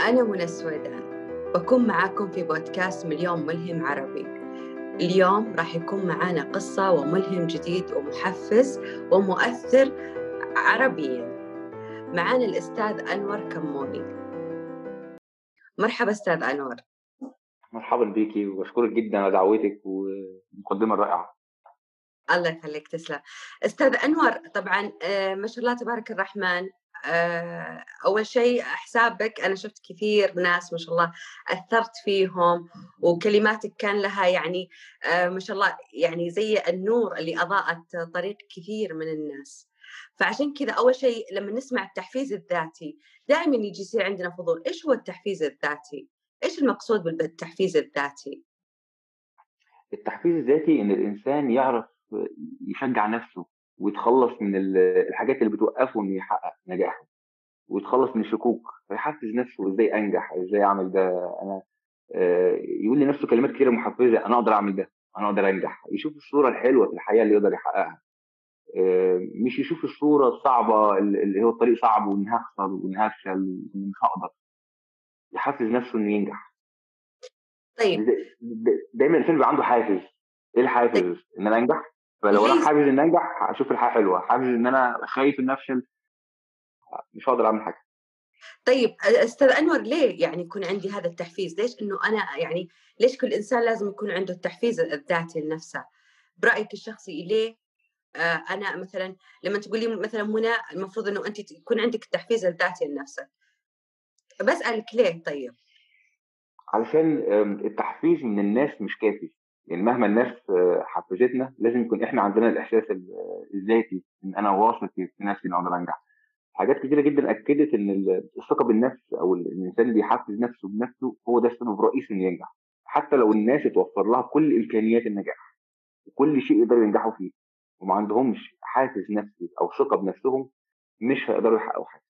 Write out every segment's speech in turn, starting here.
أنا منى السويدان، بكون معاكم في بودكاست مليون ملهم عربي. اليوم راح يكون معانا قصة وملهم جديد ومحفز ومؤثر عربيا. معانا الأستاذ أنور كموني. مرحبا أستاذ أنور. مرحبا بيكي وبشكرك جدا على دعوتك والمقدمة الرائعة. الله يخليك، تسلم. أستاذ أنور، طبعا ما شاء الله تبارك الرحمن. أول شيء حسابك أنا شفت كثير ناس ما شاء الله أثرت فيهم، وكلماتك كان لها يعني ما شاء الله يعني زي النور اللي أضاءت طريق كثير من الناس. فعشان كذا أول شيء لما نسمع التحفيز الذاتي دائما يجي يصير عندنا فضول، إيش هو التحفيز الذاتي؟ إيش المقصود بالتحفيز الذاتي؟ التحفيز الذاتي إن الإنسان يعرف يشجع نفسه ويتخلص من الحاجات اللي بتوقفه إنه يحقق نجاحه، ويتخلص من الشكوك فيحفز نفسه إزاي أنجح، إزاي أعمل ده. أنا يقول لنفسه كلمات كتيرة محفزة: أنا أقدر أعمل ده، أنا أقدر أنجح. يشوف الصورة الحلوة في الحياة اللي يقدر يحققها، مش يشوف الصورة الصعبة اللي هو الطريق صعب وإني هخسر وإني هفشل وإني مش هقدر. يحفز نفسه إنه ينجح. طيب. دايما الانسان بيبقى عنده حافز. ايه الحافز؟ طيب. ان انا انجح. فلو انا ليه؟ حافز ان انجح اشوف الحياه حلوه، حافز ان انا خايف ان افشل مش هقدر اعمل حاجه. طيب أستاذ أنور، ليه يعني يكون عندي هذا التحفيز؟ ليش إنه أنا يعني ليش كل إنسان لازم يكون عنده التحفيز الذاتي لنفسه؟ برأيك الشخصي ليه؟ أنا مثلا لما تقولي مثلا منى المفروض إنه أنت يكون عندك التحفيز الذاتي لنفسك، بسألك ليه؟ طيب. علشان التحفيز من الناس مش كافي. يعني مهما الناس حفزتنا لازم يكون احنا عندنا الاحساس الذاتي ان انا واثق في نفسي ان اقدر انجح. حاجات كتيره جدا اكدت ان الثقه بالنفس او الانسان بيحفز نفسه بنفسه هو ده السبب الرئيسي انه ينجح. حتى لو الناس اتوفر لها كل امكانيات النجاح وكل شيء يقدروا ينجحوا فيه وما عندهمش حافز نفسي او ثقه بنفسهم، مش هيقدروا يحققوا حاجه.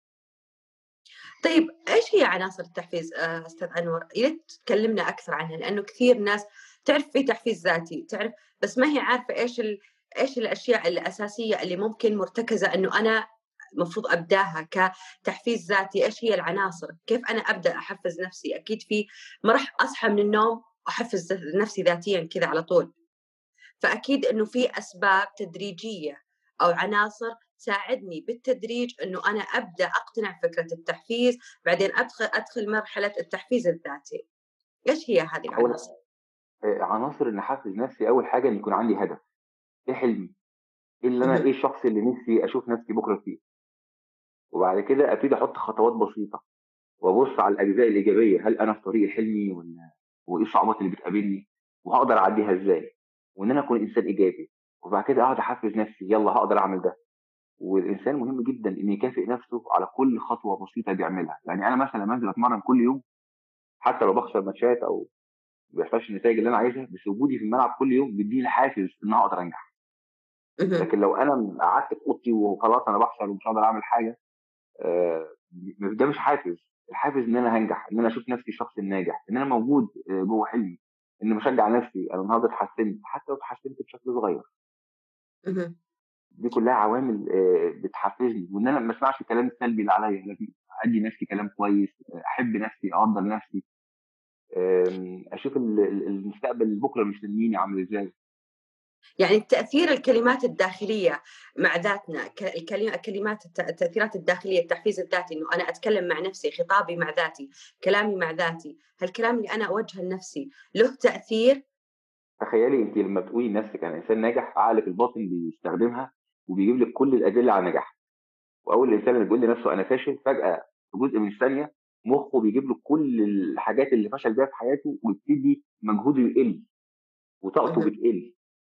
طيب إيش هي عناصر التحفيز أستاذ أنور؟ يا ريت تكلمنا أكثر عنها، لأنه كثير ناس تعرف في تحفيز ذاتي، تعرف بس ما هي عارفة إيش الأشياء الأساسية اللي ممكن مرتكزة إنه أنا المفروض أبداها كتحفيز ذاتي. إيش هي العناصر؟ كيف أنا أبدأ أحفز نفسي؟ أكيد ما راح أصحى من النوم أحفز نفسي ذاتيا كذا على طول. فأكيد إنه في أسباب تدريجية أو عناصر تساعدني بالتدريج إنه أنا أبدأ أقتنع فكرة التحفيز، بعدين أدخل مرحلة التحفيز الذاتي. إيش هي هذه اول العناصر؟ عناصر ان احفز نفسي، اول حاجه ان يكون عندي هدف. ايه حلمي؟ ايه اللي انا اهم. ايه الشخص اللي نفسي اشوف نفسي بكره فيه؟ وبعد كده ابتدي احط خطوات بسيطه وابص على الاجزاء الايجابيه. هل انا في طريق حلمي ولا وايه الصعوبات اللي بتقابلني وهقدر اعديها ازاي؟ وان انا اكون انسان ايجابي. وبعد كده اقعد احفز نفسي: يلا هقدر اعمل ده. والانسان مهم جدا ان يكافئ نفسه على كل خطوه بسيطه بيعملها. يعني انا مثلا لما انزل اتمرن كل يوم، حتى لو بخسر ماتشات او ما بيحصلش النتائج اللي انا عايزها، بس وجودي في الملعب كل يوم بيديني حافز ان أنا اقدر انجح. اهم. لكن لو انا قعدت في اوضتي وخلاص انا بخسر ومش هقدر اعمل حاجه، آه، ده مش حافز. الحافز ان انا هنجح، ان انا اشوف نفسي الشخص الناجح، ان انا موجود جوه حلمي، ان بشجع نفسي انا النهارده اتحسنت حتى لو اتحسنت بشكل صغير. اهم. دي كلها عوامل بتحفزني، وان انا ما اسمعش الكلام السلبي اللي عليا. لازم ادي نفسي كلام كويس، احب نفسي، اقدر نفسي، اشوف المستقبل بكره مستنيني عامل ازاي. يعني تأثير الكلمات الداخلية مع ذاتنا، الكلمات التأثيرات الداخلية، التحفيز الذاتي، إنه أنا أتكلم مع نفسي، خطابي مع ذاتي، كلامي مع ذاتي، هالكلام اللي أنا أوجهه لنفسي له تأثير. تخيلي انت لما تقولي لنفسك انا انسان ناجح، عقلك الباطن بيستخدمها وبيجيب لك كل الادله على النجاح. واول الانسان اللي بيقول لنفسه انا فاشل، فجاه في جزء من الثانيه مخه بيجيب له كل الحاجات اللي فشل بيها في حياته، ويبتدي مجهوده يقل وطاقته اهم. بتقل.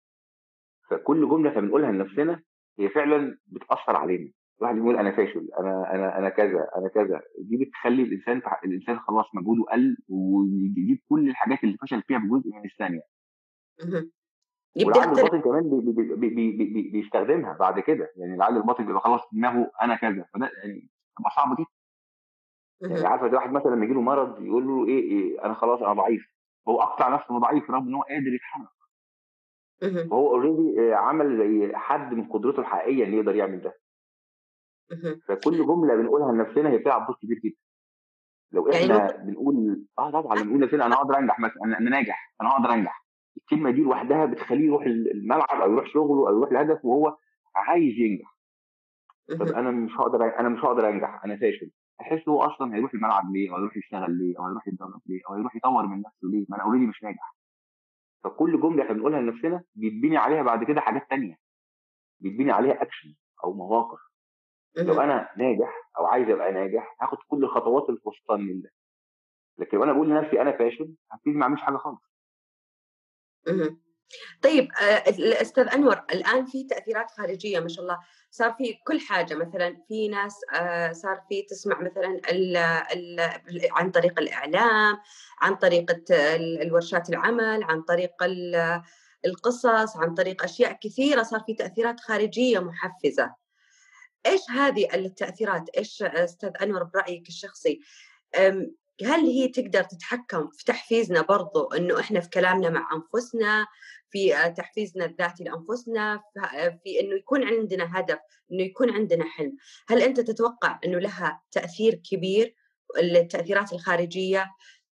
فكل جمله احنا بنقولها لنفسنا هي فعلا بتاثر علينا. الواحد يقول انا فاشل، انا كذا، انا كذا، دي بتخلي الانسان خلاص مجهوده قل ويجيب كل الحاجات اللي فشل فيها بجزء من الثانيه. اهم. يبدأ والعقل يقتنع. الباطن كمان بيستخدمها بعد كده. يعني العقل الباطن بيبقى خلاص في دماغه انا كذا، فده يعني بتبقى صعبه جدا. يعني اهم. عارفه زي واحد مثلا لما يجي له مرض يقول له إيه انا خلاص انا ضعيف. هو اقطع نفسه انه ضعيف رغم ان هو قادر يتحرك. اهم. وهو اوريدي عمل زي حد من قدرته الحقيقيه انه يقدر يعمل ده. اهم. فكل جمله بنقولها لنفسنا هي بتلعب دور كبير جدا. لو يعني المفروض إحنا بنقول طبعًا لمّا نقول لنفسنا أنا هاقدر أنجح مثلًا، أنا ناجح، أنا هاقدر أنجح، الكلمة دي لوحدها بتخلّيه يروح الملعب أو يروح شغله أو يروح لهدفه وهو عايز ينجح. طب اهم، أنا مش هاقدر أنجح، أنا فاشل، هاحس هو أصلًا هيروح الملعب ليه، أو هيروح يشتغل ليه، أو هيروح يتدرب ليه، أو هيروح يطوّر من نفسه ليه، ما أنا already مش ناجح. فكل جملة إحنا بنقولها لنفسنا بيتبني عليها بعد كده حاجات تانية، بيتبني عليها action أو مواقف. لو اهم، أنا ناجح أو عايز أبقى ناجح، هاخد كل الخطوات اللي توصّلني لده، لكن لو أنا باقول لنفسي أنا فاشل، هابتدي ما أعملش حاجة خالص. اهم. طيب الأستاذ أنور، الآن في تأثيرات خارجية ما شاء الله، صار في كل حاجة، مثلًا في ناس صار في تسمع مثلًا عن طريق الإعلام، عن طريق الورشات العمل، عن طريق القصص، عن طريق أشياء كثيرة صار في تأثيرات خارجية محفزة. إيش هذه التأثيرات؟ إيش أستاذ أنور برأيك الشخصي، هل هي تقدر تتحكم في تحفيزنا برضو إنه إحنا في كلامنا مع أنفسنا، في تحفيزنا الذاتي لأنفسنا، في إنه يكون عندنا هدف، إنه يكون عندنا حلم؟ هل أنت تتوقع إنه لها تأثير كبير التأثيرات الخارجية؟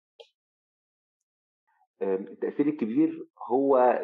التأثير الكبير هو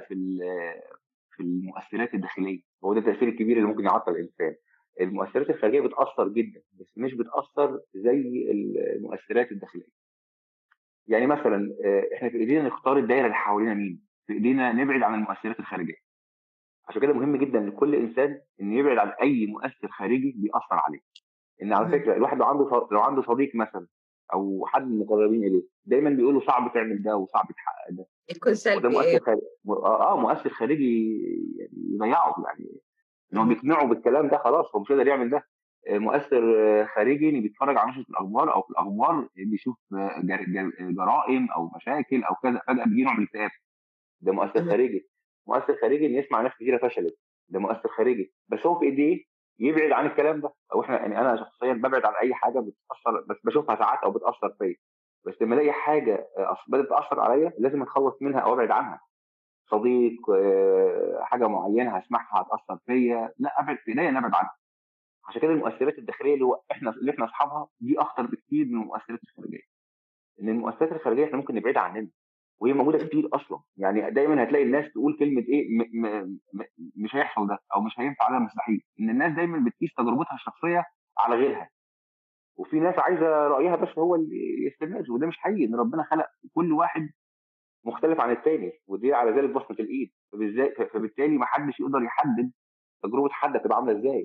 في المؤثرات الداخلية، هو ده التأثير الكبير اللي ممكن يعطّل الإنسان. المؤثرات الخارجية بتأثّر جدًا، بس مش بتأثّر زي المؤثرات الداخلية. يعني مثلًا إحنا في إيدينا نختار الدايرة اللي حوالينا مين، في إيدينا نبعد عن المؤثرات الخارجية. عشان كده مهم جدًا لكل إنسان إنه يبعد عن أي مؤثر خارجي بيأثّر عليه. إن على مهم. فكرة الواحد لو عنده صديق مثلًا أو حد من المقربين إليه، دايمًا بيقول له صعب تعمل ده وصعب تحقق ده. يكون وده سلبي، مؤثر أيوه. خارجي مؤثر خارجي يعني يضيّعه، يعني إن هو مهم. بيقنعه بالكلام ده خلاص هو مش هيقدر يعمل ده. مؤثر خارجي إنه بيتفرّج على نشرة الأخبار أو في الأخبار بيشوف جرائم أو مشاكل أو كذا، فجأة بييجي نوع من الاكتئاب، ده مؤثر مهم. خارجي. مؤثر خارجي إنه يسمع ناس كتيرة فشلت، ده مؤثر خارجي، بس هو في إيديه يبعد عن الكلام ده، أو إحنا يعني أنا شخصيًا بابعد عن أي حاجة بتأثّر بس باشوفها ساعات أو بتأثّر فيّا، بس لمّا ألاقي حاجة بدأت تأثّر عليَّ لازم أتخلّص منها أو أبعد عنها. صديق حاجة معيّنة هاسمعها هتأثّر فيّا، لأ أبعد في إيديّا إنّي أبعد عنها. عشان كده المؤثِّرات الداخلية اللي إحنا أصحابها دي أخطر بكتير من المؤثِّرات الخارجية، لإن المؤثِّرات الخارجية إحنا ممكن نبعدها عنّنا وهي موجودة مهم. كتير أصلًا. يعني دايمًا هتلاقي الناس تقول كلمة إيه م م م مش هيحصل ده أو مش هينفع ده مستحيل، إن الناس دايمًا بتقيس تجربتها الشخصية على غيرها، وفي ناس عايزة رأيها بس هو اللي يستمر، وده مش حقيقي، إن ربنا خلق كل واحد مختلف عن التاني، ودي على ذلك بسطة الإيد، فبالتالي ما حدش يقدر يحدد تجربة حد هتبقى عاملة إزاي.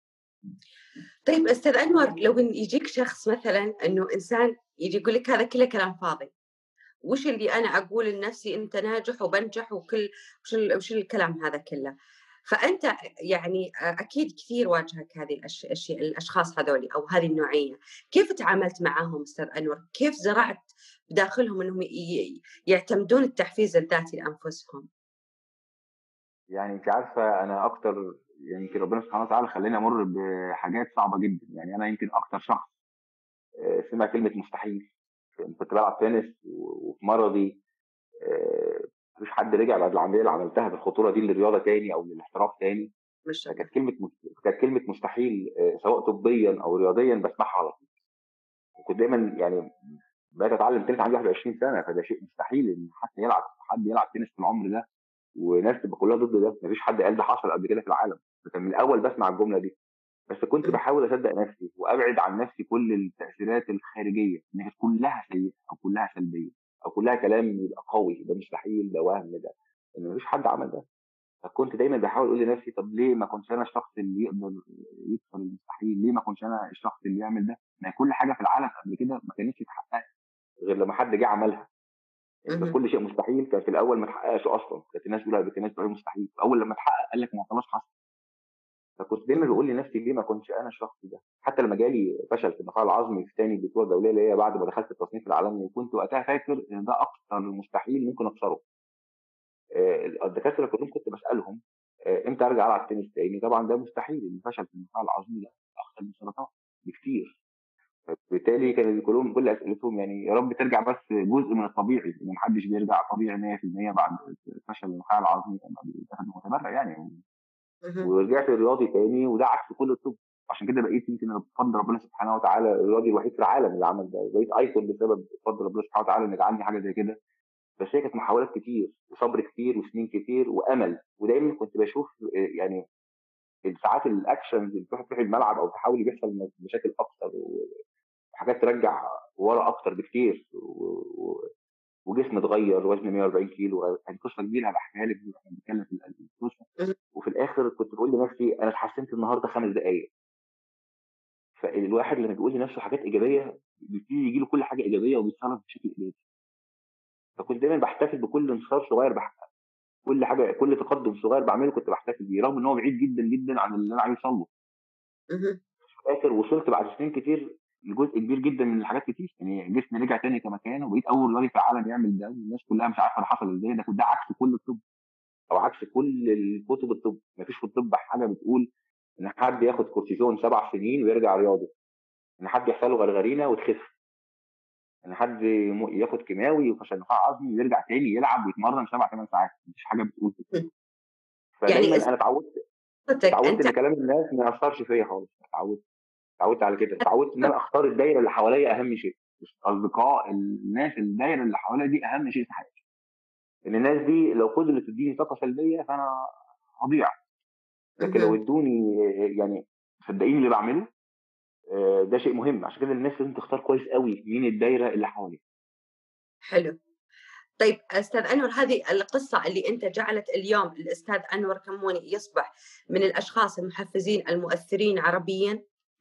طيب أستاذ أنور، لو إن يجيك شخص مثلًا إنه إنسان ييجي يقول لك هذا كله كلام فاضي، وش اللي أنا أقول لنفسي أنت ناجح وبانجح وش الكلام هذا كله؟ فأنت يعني أكيد كثير واجهك هذه الأشخاص هذولي أو هذه النوعية، كيف تعاملت معاهم أستاذ أنور؟ كيف زرعت بداخلهم إنهم يعتمدون التحفيز الذاتي لأنفسهم؟ يعني أنتِ عارفة أنا أكتر، يعني يمكن ربنا سبحانه وتعالى خلّاني أمُر بحاجات صعبة جدًا، يعني أنا يمكن أكتر شخص سمع كلمة مستحيل. كنت بالعب تنس وفي مرضي ما فيش حد رجع بعد العملية اللي عملتها بالخطورة دي للرياضة تاني أو للاحتراف تاني. ما شاء الله. فكانت كلمة مستحيل سواء طبيًا أو رياضيًا باسمعها على طول. وكنت دايمًا يعني بقيت أتعلم تنس عندي 21 سنة، فده شيء مستحيل إن حد يلعب تنس في العمر ده، وناس تبقى كلها ضد ده، ما فيش حد قال ده حصل قبل كده في العالم. فكان من الأول باسمع الجملة دي، بس كنت اهم، باحاول أصدق نفسي وأبعد عن نفسي كل التأثيرات الخارجية، إن كانت كلها سيئة أو كلها سلبية أو كلها كلام يبقى قوي، ده مستحيل، ده وهم، ده إن ما فيش حد عمل ده. فكنت دايمًا باحاول أقول لنفسي طب ليه ما أكونش أنا الشخص اللي يقدر يكسر المستحيل، ليه ما أكونش أنا الشخص اللي يعمل ده؟ ما هي كل حاجة في العالم قبل كده ما كانتش اتحققت غير لمّا حد جه عملها. يعني كان اهم، كل شيء مستحيل كان في الأول ما اتحققش أصلًا، كانت الناس بتقول كانت الناس بتقول عليه مستحيل، أول لمّا اتحقق قال لك ما هو خلاص حصل. فكنت دايمًا اهم، باقول لنفسي ليه ما أكونش أنا الشخص ده. حتى لمّا جالي فشل في النخاع العظمي في تاني بطولة دولية ليّا بعد ما دخلت التصنيف العالمي، وكنت وقتها فاكر إن ده أكتر مستحيل ممكن أكسره. الدكاترة كلّهم كنت باسألهم إمتى أرجع ألعب تنس تاني؟ طبعًا ده مستحيل، الفشل في النخاع العظمي ده أخطر من السرطان بكتير. فبالتالي كانوا كلّهم كل أسئلتهم يعني يا رب ترجع بس جزء من الطبيعي، لإن ما حدش بيرجع طبيعي 100% بعد فشل النخاع العظمي لمّا بيتاخد متبرع يعني. اهم، ورجعت رياضي تاني وده عكس كل الطب. عشان عشان كده بقيت يمكن أنا بفضل ربنا سبحانه وتعالى الراجل الوحيد في العالم اللي عمل ده، بقيت ايكون بسبب فضل ربنا سبحانه وتعالى ان جعلني حاجه زي كده. بس هي كانت محاولات كتير وصبر كتير وسنين كتير وامل، ودايما كنت بشوف يعني ساعات الاكشنز اللي تروح الملعب او تحاول بيحصل مشاكل اكتر وحاجات ترجع ورا اكتر بكتير وجسمي اتغير، وزني 140 كيلو، كانت قصه كبيره هبحكيها لك واحنا بنتكلم في القصه. اهم، وفي الاخر كنت بقول لنفسي انا اتحسنت النهارده 5 دقائق. فالواحد لما بيقول لنفسه حاجات ايجابيه بيبتدي يجي له كل حاجه ايجابيه وبيتصرف بشكل ايجابي. فكنت دايما بحتفل بكل انتصار صغير كل حاجه، كل تقدم صغير بعمله كنت بحتفل بيه، رغم ان هو بعيد جدا جدا عن اللي انا عايز اوصل له. اهم، في الاخر وصلت بعد سنين كتير لجزء كبير جدا من الحاجات كتير، يعني جسمي رجع تاني كمكان وبقيت اول راجل في العالم يعمل ده، والناس كلها مش عارفه ده حصل ازاي. ده عكس كل الطب او عكس كل الكتب الطب. مفيش في الطب حاجه بتقول ان حد ياخد كورتيزون 7 سنين ويرجع رياضي، ان حد يحصل له غرغرينه وتخف، ان حد ياخد كيماوي وعشان نخاع عظمي ويرجع تاني يلعب ويتمرن 7 8 ساعات. مفيش حاجه بتقول كده. اهم. يعني فدايما انا قصتك اتعودت أنت ان كلام الناس ما ياثرش فيا خالص. اتعودت على كده، اتعودت ان انا اختار الدايره اللي حواليا اهم شيء، مش اصدقاء الناس، الدايره اللي حواليا دي اهم شيء في حياتي. لان الناس دي لو فضلت تديني طاقه سلبيه فانا هضيع. لكن لو اهم، ادوني يعني صدقيني اللي بعمله ده شيء مهم. عشان كده الناس لازم تختار كويس قوي مين الدايره اللي حواليها. حلو. طيب أستاذ أنور، هذه القصة اللي أنت جعلت اليوم الأستاذ أنور كموني يصبح من الأشخاص المحفزين المؤثرين عربيًا،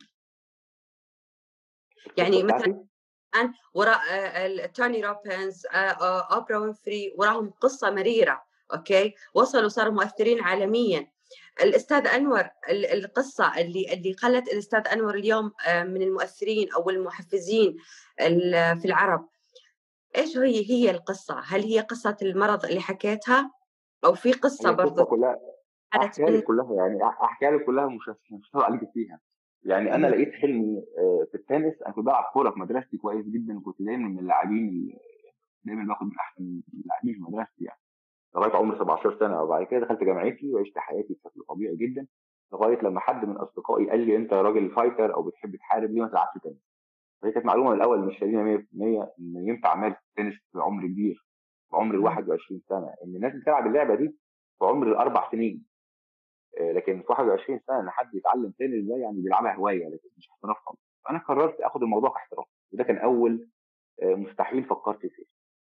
القصه يعني مثلًا بتاعتي الآن وراء توني روبنز، أوبرا وينفري، وراهم قصة مريرة، أوكي، وصلوا صاروا مؤثرين عالميًا. الأستاذ أنور، القصة اللي خلت الأستاذ أنور اليوم من المؤثرين أو المحفزين في العرب، إيش هي القصة؟ هل هي قصة المرض اللي حكيتها، أو في قصة هي القصه برضه كلها ساعدت احكيها لك منه؟ كلها، يعني احكيها لك كلها، مش هطول عليك فيها. يعني انا اهم، لقيت حلمي في التنس. انا كنت بلعب كوره في مدرستي كويس جدا، وكنت دايما من اللاعبين دايما باخد من احسن اللاعبين في مدرستي يعني، لغايه عمر 17 سنه. وبعد كده دخلت جامعتي وعشت حياتي بشكل طبيعي جدا، لغايه لما حد من اصدقائي قال لي انت راجل فايتر او بتحب تحارب، ليه ما تلعبش تنس؟ فهي كانت معلومه من الاول مش سليمه 100% ان ينفع امارس التنس في عمر كبير، في عمر ال اهم، 21 سنه، ان الناس بتلعب اللعبه دي في عمر ال4 سنين. لكن في 21 سنه ان حد يتعلم تنس ده يعني بيلعبها هوايه لكن مش احتراف خالص. فانا قررت اخد الموضوع كاحتراف، وده كان اول مستحيل فكرت فيه.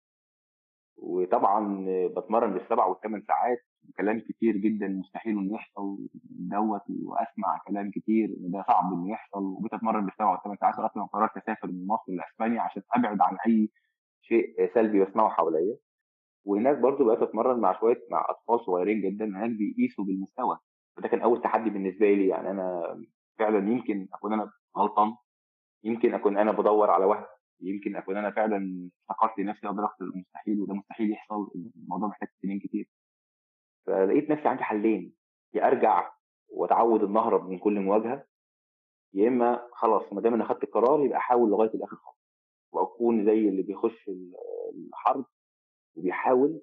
وطبعا بتمرن بال7 وال8 ساعات، كلام كتير جدا مستحيل انه يحصل دوت، واسمع كلام كتير ان ده صعب انه يحصل. وبقيت اتمرن بال7 وال8 ساعات لغايه ما قررت اسافر من مصر لاسبانيا عشان ابعد عن اي شيء سلبي بسمعه حواليا. وهناك برضو بقيت اتمرن مع اطفال صغيرين جدا هناك بيقيسوا بالمستوى. فده كان اول تحدي بالنسبه لي. يعني انا فعلا يمكن اكون انا غلطان، يمكن اكون انا بدور على وهم، يمكن اكون انا فعلا افتكرت نفسي اقدر اخسر المستحيل وده مستحيل يحصل، الموضوع محتاج سنين كتير. فلقيت نفسي عندي حلين: يا ارجع واتعود ان اهرب من كل مواجهه، يا اما خلاص ما دام انا خدت القرار يبقى احاول لغايه الاخر خالص، واكون زي اللي بيخش الحرب وبيحاول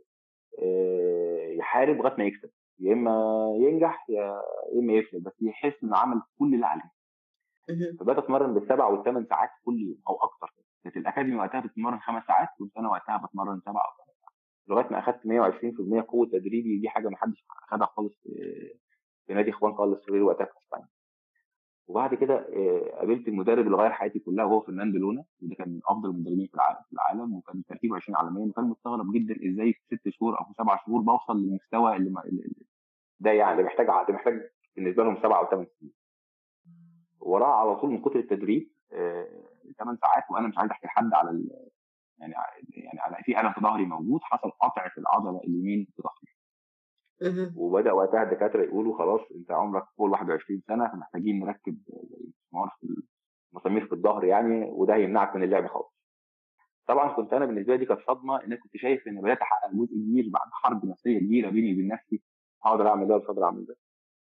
يحارب لغايه ما يكسب، يا اما ينجح يا اما يفشل، بس يحس انه عمل كل اللي عليه. اهم، فبقيت اتمرن بال7 وال8 ساعات كل يوم او اكتر. كانت الاكاديمي وقتها بتتمرن 5 ساعات، كنت انا وقتها بتمرن 7 او 8 ساعات لغايه ما اخدت 120% قوه تدريبي. دي حاجه ما حدش اخدها خالص في نادي اخوان خالص غير وقتها في اسبانيا. وبعد كده قابلت المدرب اللي غير حياتي كلها وهو فرناندو لونا، وده كان من افضل المدربين في العالم وكان ترتيبه 20 عالميا. وكان مستغرب جدا ازاي في 6 شهور او في 7 شهور بوصل للمستوى ده. يعني ده محتاج بالنسبه لهم 7 او 8 سنين. وراه على طول من كتر التدريب 8 ساعات وانا مش عايز احكي لحد على يعني على في الم في ظهري موجود، حصل قطع في العضله اليمين في ظهري. اهم، وبدا وقتها الدكاتره يقولوا خلاص انت عمرك فوق ال 21 سنه فمحتاجين نركب زي مسمار في مسامير في الظهر يعني، وده هيمنعك من اللعب خالص. طبعا كنت انا بالنسبه لي كانت صدمه، ان انا كنت شايف ان بدات احقق جزء كبير بعد حرب نفسيه كبيره بيني وبين نفسي. هقدر اعمل ده مش هقدر اعمل ده،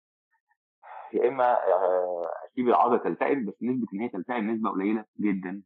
يا اما اسيب العضله تلتئم، بس نسبه ان هي تلتئم نسبه قليله جدا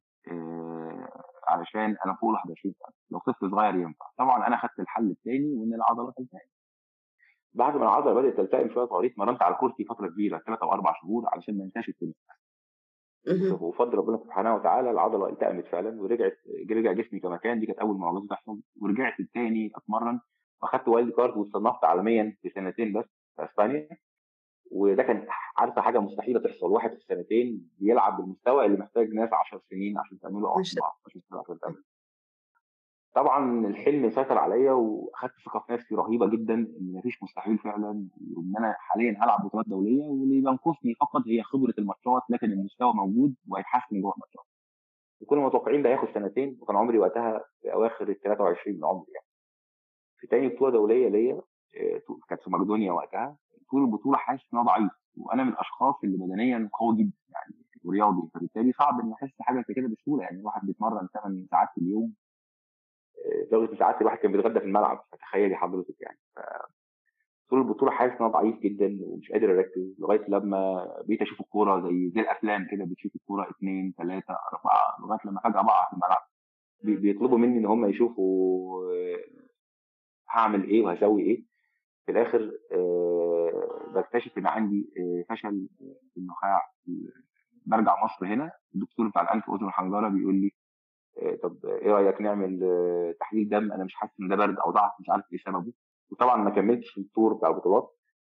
علشان انا فوق ال 21 سنه. لو طفل صغير ينفع. طبعا انا خدت الحل الثاني وان العضله تلتئم. بعد ما العضله بدات تلتئم شويه صغيرين، اتمرنت على الكرسي فتره كبيره 3 او 4 شهور علشان ما انساش التنس. اهم. وبفضل ربنا سبحانه وتعالى العضله التأمت فعلا ورجعت، رجع جسمي كما كان. دي كانت اول معجزه تحصل، ورجعت تاني اتمرن، واخدت وايلد كارد واتصنفت عالميا في سنتين بس في اسبانيا. وده كان عارفه حاجه مستحيله تحصل، واحد في سنتين بيلعب بالمستوى اللي محتاج ناس 10 سنين عشان تعمله، او مش 15 سنه عشان تعمله. طبعا الحلم سيطر عليا، واخدت ثقه في نفسي رهيبه جدا ان مفيش مستحيل فعلا، وان انا حاليا هلعب بطولات دوليه، واللي بينقصني فقط هي خبره الماتشات، لكن المستوى موجود وهيتحسن جوه الماتشات. وكنا متوقعين ده هياخد سنتين، وكان عمري وقتها في اواخر ال 23 من عمري يعني. في تاني بطوله دوليه ليا، كانت في مقدونيا وقتها. طول البطوله حاسس ان انا ضعيف، وانا من الاشخاص اللي بدنيا قوي جدا يعني ورياضي، فبالتالي صعب اني احس حاجه زي كده بسهوله. يعني الواحد بيتمرن 8 ساعات في اليوم، لدرجه ان ساعات الواحد كان بيتغدى في الملعب، فتخيلي حضرتك يعني. طول البطوله حاسس ان انا ضعيف جدا ومش قادر اركز، لغايه لما بقيت اشوف الكوره زي الافلام كده، بتشوف الكوره اثنين ثلاثه اربعه، لغايه لما فجاه بقع في الملعب. بيطلبوا مني ان هم يشوفوا هعمل ايه وهسوي ايه. في الاخر بكتشف ان عندي فشل في النخاع. برجع مصر هنا، الدكتور بتاع الانف واذن وحنجره بيقول لي طب ايه رايك نعمل تحليل دم؟ انا مش حاسس ان ده برد او ضعف، مش عارف ايه سببه. وطبعا ما كملتش التور بتاع البطولات.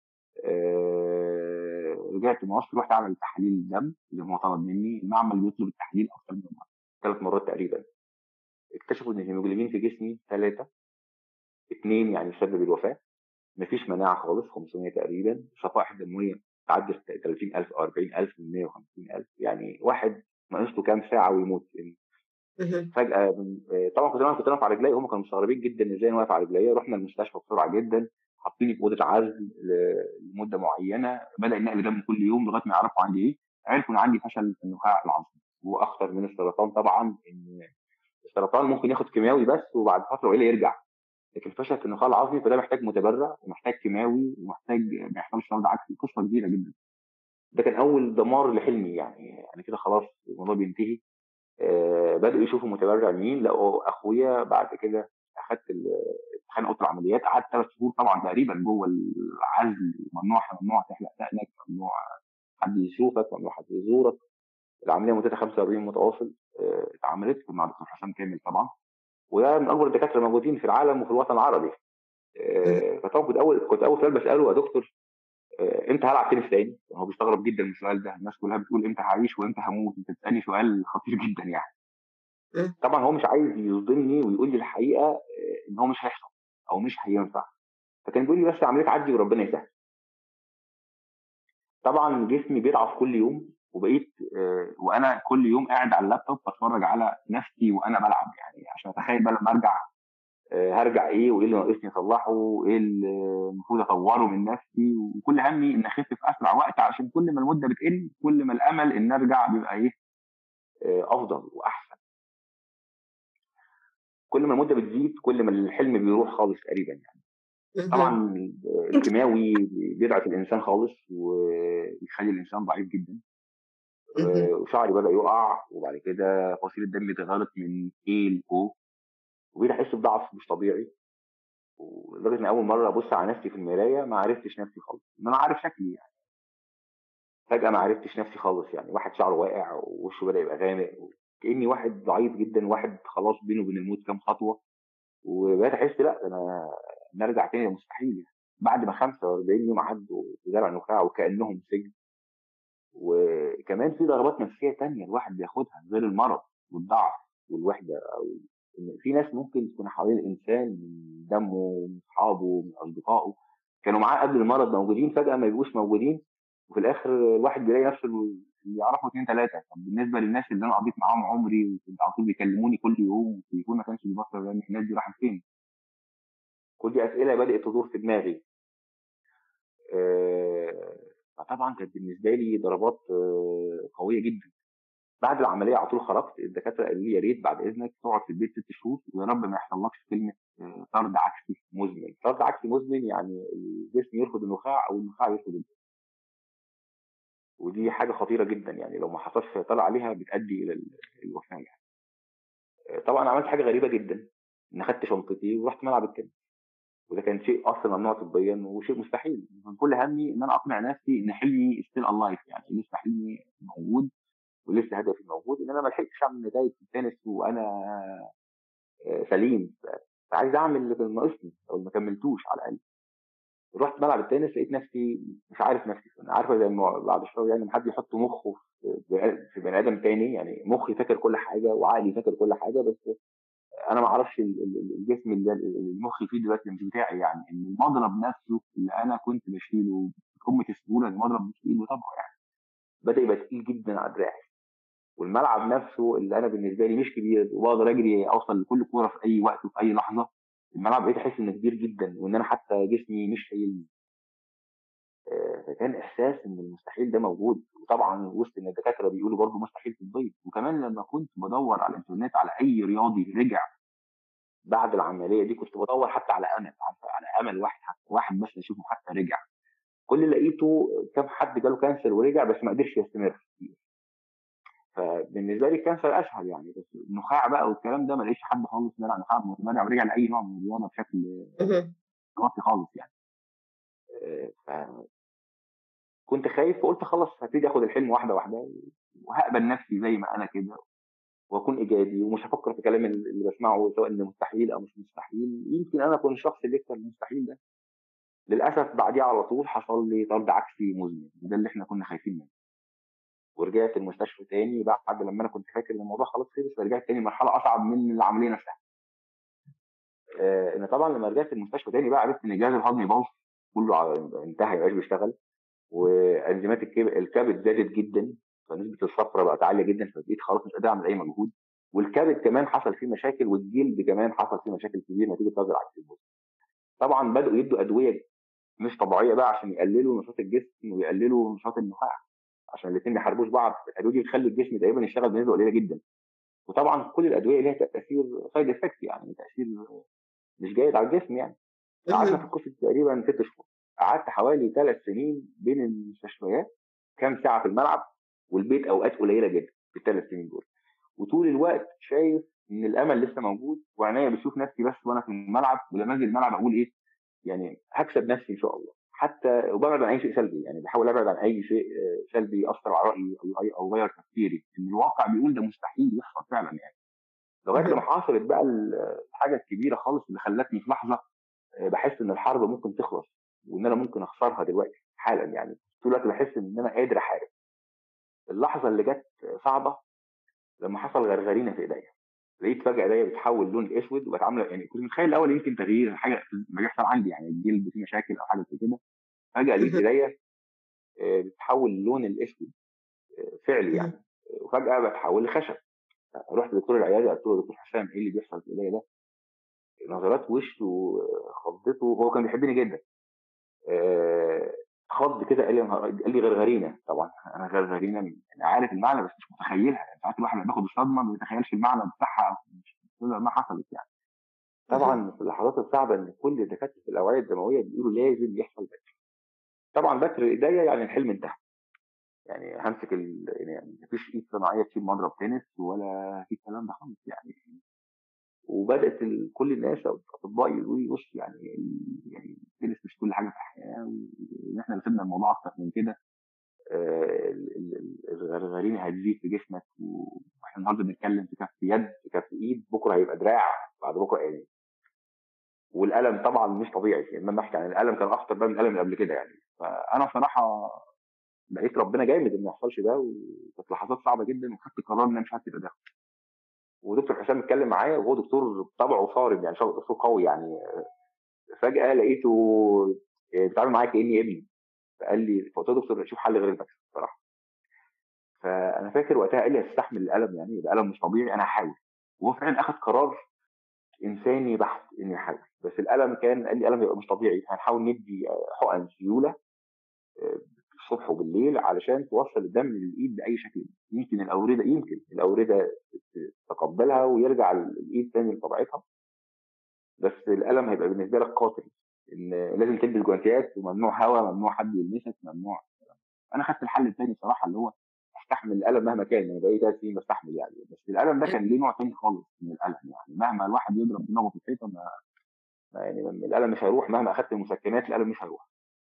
رجعت مصر، رحت اعمل تحاليل دم زي ما هو طلب مني. المعمل بيطلب التحليل اكثر من مره، 3 مرات تقريبا. اكتشفوا ان الهيموجلوبين في جسمي 3، 2 يعني يسبب الوفاه. مفيش مناعه خالص، 500 تقريبا. صفائح دمويه تعدي 30,000 او 40,000 من 150,000. يعني واحد ناقص له كام ساعه ويموت. اهم. فجاه طبعا كنت واقف على رجلي، هم كانوا مستغربين جدا ازاي انا واقف على رجلي. رحنا المستشفى بسرعه جدا، حاطيني في اوضه عزل لمده معينه. بدا النقل دم كل يوم لغايه ما يعرفوا عندي ايه. عرفوا ان عندي فشل في النخاع العصبي، واخطر من السرطان طبعا. ان السرطان ممكن ياخد كيماوي بس وبعد فتره قليله يرجع، لكن فشل في النخاع العصبي فده محتاج متبرع ومحتاج كيماوي ومحتاج ما يحصلش رد عكسي. قصه كبيره جدا. ده كان اول دمار لحلمي يعني كده خلاص الموضوع بينتهي. بدأوا يشوفوا متبرع مين، لقوا اخويا. بعد كده اخدت امتحان اوضه العمليات، قعدت 3 شهور طبعا تقريبا جوه العزل. ممنوع تحلق دقنك، ممنوع حد يشوفك، ممنوع حد يزورك. العمليه مدتها 45 متواصل. اتعملت مع دكتور حسام كامل طبعا، وده من اكبر الدكاتره الموجودين في العالم وفي الوطن العربي. إمم. فطبعا كنت اول سؤال بساله: يا دكتور امتى هلعب تنس تاني؟ هو بيستغرب جدا من السؤال ده. الناس كلها بتقول امتى هعيش وامتى هموت، انت بتسالني سؤال خطير جدا يعني. إمم. طبعا هو مش عايز يصدمني ويقول لي الحقيقه ان هو مش هيحصل او مش هينفع. فكان بيقول لي بس عمليه تعدي وربنا يسهل. طبعا جسمي بيضعف كل يوم، وبقيت وانا كل يوم قاعد على اللابتوب بتفرج على نفسي وانا بلعب، يعني عشان اتخيل بقى لما ارجع هرجع ايه، وايه اللي ناقصني اصلحه، وايه اللي المفروض اطوره من نفسي. وكل همي ان اخف في اسرع وقت، علشان كل ما المده بتقل كل ما الامل ان ارجع بيبقى ايه افضل واحسن. كل ما المده بتزيد كل ما الحلم بيروح خالص تقريبا يعني. اهم. طبعا أنتِ الكيماوي بيضعف الانسان خالص ويخلي الانسان ضعيف جدا. اهم. وشعري بدا يقع، وبعد كده فصيله دمي اتغيرت من A ل O، وبقيت احس بضعف مش طبيعي. ولدرجه ان اول مره ابص على نفسي في المرايه ما عرفتش نفسي خالص، ان انا عارف شكلي يعني. فجاه ما عرفتش نفسي خالص، يعني واحد شعره واقع ووشه بدا يبقى غامق، كاني واحد ضعيف جدا، واحد خلاص بينه وبين الموت كام خطوه. وبقيت احس لا، انا نرجع تاني ده مستحيل يعني. بعد ما 45 يوم عدوا في زرع النخاع وكانهم سجن. وكمان في ضربات نفسيه تانية الواحد بياخدها غير المرض والضعف والوحده، او ان في ناس ممكن تكون حوالين الانسان من دمه، من اصحابه، من اصدقائه، كانوا معاه قبل المرض موجودين، فجاه ما يبقوش موجودين. وفي الاخر الواحد بيلاقي نفسه اللي يعرفه اتنين تلاته. طب بالنسبه للناس اللي انا قضيت معاهم عمري وكنت على طول بيكلموني كل يوم، والتليفون ما كانش بيبطل يعني، الناس دي راحت فين؟ كل دي اسئله بدات تدور في دماغي. آه، فطبعا كانت بالنسبه لي ضربات قويه جدا. بعد العمليه على طول خرجت، الدكاتره قالوا لي يا ريت بعد اذنك تقعد في البيت 6 شهور، ويا رب ما يحصلكش كلمه طرد عكسي مزمن. طرد عكسي مزمن يعني الجسم يرفض النخاع او النخاع يرفض الجسم. ودي حاجه خطيره جدا، يعني لو ما حصلش سيطره عليها بتؤدي الى الوفاه يعني. طبعا عملت حاجه غريبه جدا، ان اخدت شنطتي ورحت ملعب التنس. وده كان شيء أصلًا ممنوع طبيًا وشيء مستحيل. كان كل هَمّي إن أنا أقنع نفسي إن حلمي still alive، يعني لسه حلمي موجود ولسه هدفي موجود، إن أنا ما لحقتش أعمل نتايج في التنس وأنا سليم. فعايز أعمل اللي كان ناقصني أو ما كمّلتوش على الأقل. رُحت ملعب التنس لقيت نفسي مش عارف نفسي، عارفة زي ما بعد شوية يعني لمّا حد يحط مُخّه في بني آدم تاني، يعني مُخّي فاكر كل حاجة وعقلي فاكر كل حاجة، بس أنا ما أعرفش الجسم اللي مُخّي فيه دلوقتي مش بتاعي يعني. إن المضرب نفسه اللي أنا كنت باشيله بقمة السهولة، المضرب مش تقيل بطبعه يعني، بدأ يبقى تقيل جدًا على دراعي. والملعب نفسه اللي أنا بالنسبة لي مش كبير وباقدر أجري أوصل لكل كورة في أي وقت وفي أي لحظة، الملعب بقيت أحس إنه كبير جدًا وإن أنا حتى جسمي مش شايلني. فكان إحساس إن المستحيل ده موجود، وطبعًا وسط إن الدكاترة بيقولوا برضه مستحيل طبيًا. وكمان لمّا كنت بادوّر على الإنترنت على أي رياضي رجع بعد العملية دي، كنت بادوّر حتى على أمل، عارفة على أمل واحد حتى، واحد بس أشوفه حتى رجع. كل اللي لقيته كام حد جاله كانسر ورجع بس ما قدرش يستمر. فبالنسبة لي الكانسر أسهل يعني، بس النخاع بقى والكلام ده ما لقيتش حد خالص زرع نخاع متمرع ورجع لأي نوع من الرياضة بشكل اهم، راقي خالص يعني. فكنت خايف فقُلت خلاص هابتدي آخُد الحلم واحدة، واحدة، وهاقبل نَفْسي زي ما أنا كده وأكون إيجابي ومش هافكّر في كلام اللي باسمعه سواء إنه مستحيل أو مش مستحيل. يمكن أنا أكون الشخص اللي يكسر المستحيل ده. للأسف بعديه على طول حصل لي طرد عكسي مزمن، وده اللي إحنا كُنّا خايفين منه. ورجعت المستشفى تاني بعد لمّا أنا كنت فاكر إن الموضوع خلاص خلص، فرجعت تاني لمرحلة أصعب من العملية نَفْسها. إن طبعًا لمّا رجعت المستشفى تاني بقى عرفت إن الجهاز الهضمي باظ، كُلّه انتهى ما بقاش بيشتغل. وأنزيمات الكبد زادت جدًا، فنسبة الصفرا بقت عالية جدًا، فبقيت خلاص مش قادر أعمل أي مجهود. والكبد كمان حصل فيه مشاكل، والجلد كمان حصل فيه مشاكل كبيرة نتيجة طرد العكس الجسدي. طبعًا بدؤوا يدّوا أدوية مش طبيعية بقى عشان يقللوا نشاط الجسم ويقللوا نشاط النخاع، عشان الاتنين ما يحاربوش بعض. الأدوية دي بتخلّي الجسم تقريبًا يشتغل بنسبة قليلة جدًا. وطبعًا كل الأدوية ليها تأثير side effect، يعني تأثير مش جيد على الجسم يعني. قعدنا في اهم، القصة دي تقريبًا 6 شهور. قعدت حوالي 3 سنين بين المستشفيات، كام ساعة في الملعب، والبيت أوقات قليلة جدًا في ال3 سنين دول. وطول الوقت شايف إن الأمل لسه موجود، وعينيّا بتشوف نفسي بس وأنا في الملعب، ولمّا أنزل الملعب أقول إيه، يعني هاكسب نفسي إن شاء الله. حتى وبابعد عن أي شيء سلبي، يعني باحاول أبعد عن أي شيء سلبي يأثّر على رأيي أو يغيّر تفكيري، إن الواقع بيقول ده مستحيل يحصل فعلًا يعني. لغاية لمّا اهم، حصلت بقى الحاجة الكبيرة خالص اللي خلّتني في لحظة باحس إن الحرب ممكن تخلص، وإن أنا ممكن أخسرها دلوقتي حالًا يعني. طول الوقت باحس إن أنا قادر أحارب. اللحظة اللي جات صعبة لمّا حصل غرغرينة في إيديّا. لقيت فجأة إيديّا بتتحول لون الأسود وبقت عاملة، يعني كنت متخيل الأول يمكن تغيير حاجة ما بيحصل عندي، يعني الجلد فيه مشاكل أو حاجة زي كده. فجأة لقيت اهم، إيديّا بتتحول للون الأسود فعلي يعني. اهم، وفجأة باتحول لخشب. رُحت لدكتور العيادة قُلت له: "يا دكتور حسام إيه اللي بيحصل في إيديّا ده؟" نظرات وشه خضّته، هو كان بيحبني جدًا. آآ اتخض كده قال لي: "يا نهار قال لي: "غرغرينة." طبعًا أنا غرغرينة يعني عارف المعنى بس مش متخيّلها. يعني ساعات الواحد لمّا بياخد الصدمة ما بيتخيّلش المعنى بتاعها، أو مش مصدق إنها حصلت يعني. اهم، طبعًا في اللحظات الصعبة إن كل دكاترة الأوعية الدموية بيقولوا لازم يحصل بتر. طبعًا بتر إيديّا يعني الحلم انتهى. يعني هامسك يعني ما فيش إيد صناعية تشيل مضرب تنس ولا في الكلام ده خالص يعني. وبدأت كل الناس أو الأطباء يقولوا لي: "بُص يعني يعني التنس مش كل حاجة في الحياة، وإن إحنا لو سِبنا الموضوع أكتر من كده الغرغرينة هتزيد في جسمك، وإحنا النهارده بنتكلم في كف يد، في كف إيد، بكرة هيبقى دراع، بعد بكرة يعني." والألم طبعًا مش طبيعي، يعني لمّا أحكي عن الألم كان أخطر بقى من الألم اللي قبل كده يعني. فأنا بصراحة لقيت ربنا جامد إن ما يحصلش ده، وكانت لحظات صعبة جدًا، وخدت قرار إن أنا مش هاكتب أداء. ودكتور حسام اتكلم معايا وهو دكتور بطبعه صارم، يعني دكتور قوي يعني. فجأة لقيته بيتعامل معايا كإني ابني. فقال لي، فقُلت له: "يا دكتور شوف حل غير المكسب بصراحة." فأنا فاكر وقتها قال لي: "هتستحمل الألم يعني، ده ألم مش طبيعي." أنا هاحاول. وهو فعلًا أخد قرار إنساني بحت إني أحاول. بس الألم كان قال لي: "الألم هيبقى مش طبيعي، هنحاول ندّي حقن سيولة الصبح وبالليل علشان توصّل الدم للإيد بأي شكل. يمكن الأوردة تتقبّلها ويرجع الإيد تاني لطبيعتها. بس الألم هيبقى بالنسبة لك قاتل. إن لازم تلبس جوانتيات وممنوع هوا، ممنوع حد يلمسك، ممنوع." أنا خدت الحل التاني بصراحة اللي هو أستحمل الألم مهما كان. أنا بقى لي 3 سنين باستحمل يعني. بس الألم ده كان ليه نوع تاني خالص من الألم يعني. مهما الواحد يضرب دماغه في الحيطة يعني الألم مش هيروح مهما أخدت المسكنات، الألم مش هيروح.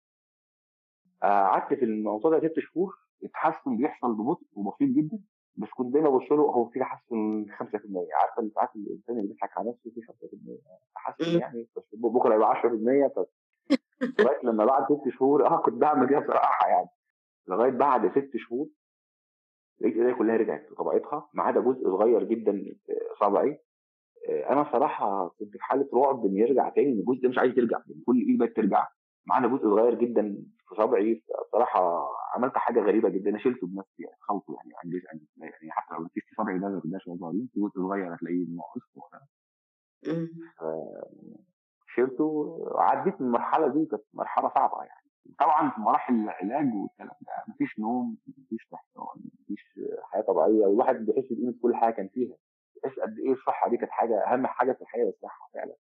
قعدت في الموضوع ده 6 شهور، التحسن بيحصل ببطء وبسيط جدًا، بس كنت دايمًا أبُص له هو في تحسن 5%، عارفة ساعات الإنسان اللي بيضحك على نفسه في 5% تحسن إمم. يعني، بس بكرة يبقى 10%. لغاية لمّا بعد 6 شهور كنت باعمل كده بصراحة يعني، لغاية بعد 6 شهور لقيت إيديّا كلّها رجعت لطبيعتها ما عدا جزء صغير جدًا في إصابعي. أنا بصراحة كنت في حالة رعب إنه يرجع تاني، إن الجزء ده مش عايز يرجع، يعني كل إيد بقت ترجع ما عدا جزء صغير جدًا في صبعي. بصراحة عملت حاجة غريبة جدًا، أنا شِلته بنفسي يعني خلطه يعني يعني حتى لو مسكت صبعي ده ما رجعش وهو صغيرين، في جزء صغير هتلاقيه ناقص وبتاع. إمم. شِلته وعدّيت من المرحلة دي، كانت مرحلة صعبة يعني. طبعًا في مراحل العلاج والكلام ده ما فيش نوم، ما فيش صحيان، ما فيش حياة طبيعية، والواحد بيحس بقيمة كل حاجة كان فيها، بيحس قد إيه الصحة دي كانت حاجة أهم حاجة في الحياة الصحة فعلًا.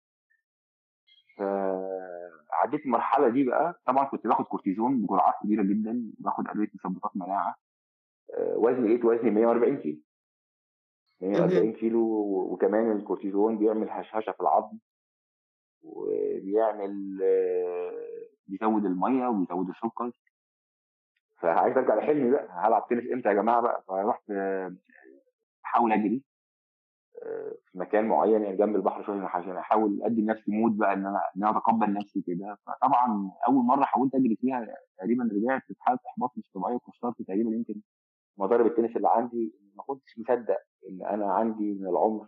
فعدّيت المرحلة دي بقى، طبعًا كنت باخد كورتيزون بجرعات كبيرة جدًا، باخد أدوية مثبطات مناعة. وزني لقيت وزني 140 كيلو، 140 اهم. كيلو، وكمان الكورتيزون بيعمل هشاشة في العضم، وبيعمل بيزوّد المَيّة وبيزوّد السُكّر. فعايز أرجع لحلمي بقى، هالعب تنس إمتى يا جماعة بقى؟ فرُحت باحاول أجري في مكان معيّن يعني جنب البحر شوية عشان أحاول أدّي لنفسي mood بقى إن أنا أتقبّل نفسي كده. فطبعًا أول مرّة حاولت أجري فيها تقريبًا رجعت في حالة إحباط مش طبيعية، وكسرت تقريبًا يمكن مضارب التنس اللي عندي. ما كنتش مصدّق إن أنا عندي من العمر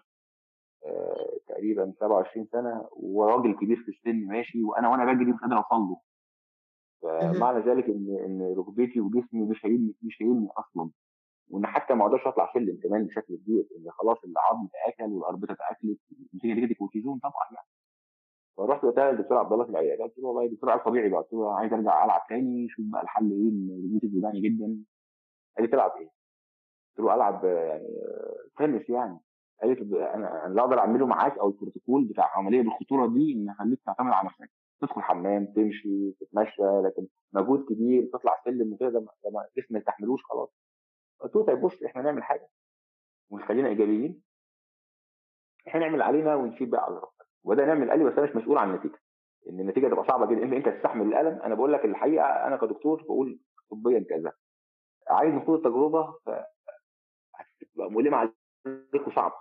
تقريبًا 27 سَنة وراجل كبير في السِن ماشي، وأنا باجري مش قادر أوصل له. اهم. فمعنى ذلك إن ركبتي وجسمي مش شايلني أصلًا، وإن حتى ما اقدرش اطلع سلم كمان بشكل كبير، ان خلاص العظم اتاكل والاربطه اتاكلت نتيجه الكورتيزون طبعا يعني. فرحت وقتها للدكتور عبد الله في العياده، قلت له والله يا دكتور على الطبيعي بقى، قلت له عايز ارجع العب تاني، شوف بقى الحل ايه، ان رجلتي بتوجعني جدا. قال لي تلعب ايه؟ قلت له العب يعني تنس يعني. قال لي طب انا اللي اقدر اعمله معاك او البروتوكول بتاع عمليه بالخطوره دي ان اخليك تعتمد على نفسك، تدخل حمام تمشي تتمشى، لكن مجهود كبير تطلع سلم وكده ده جسمي ما يستحملوش خلاص. قلت له طيب بص احنا نعمل حاجه ونخلينا ايجابيين، احنا نعمل اللي علينا ونسيب بقى على ربنا. وده نعمل قال لي بس انا مش مسؤول عن النتيجه، ان النتيجه تبقى صعبه جدا، انت تستحمل الالم. انا بقول لك الحقيقه، انا كدكتور بقول طبيا كذا، عايز نخوض التجربه فهتبقى مؤلمه عليك وصعبه.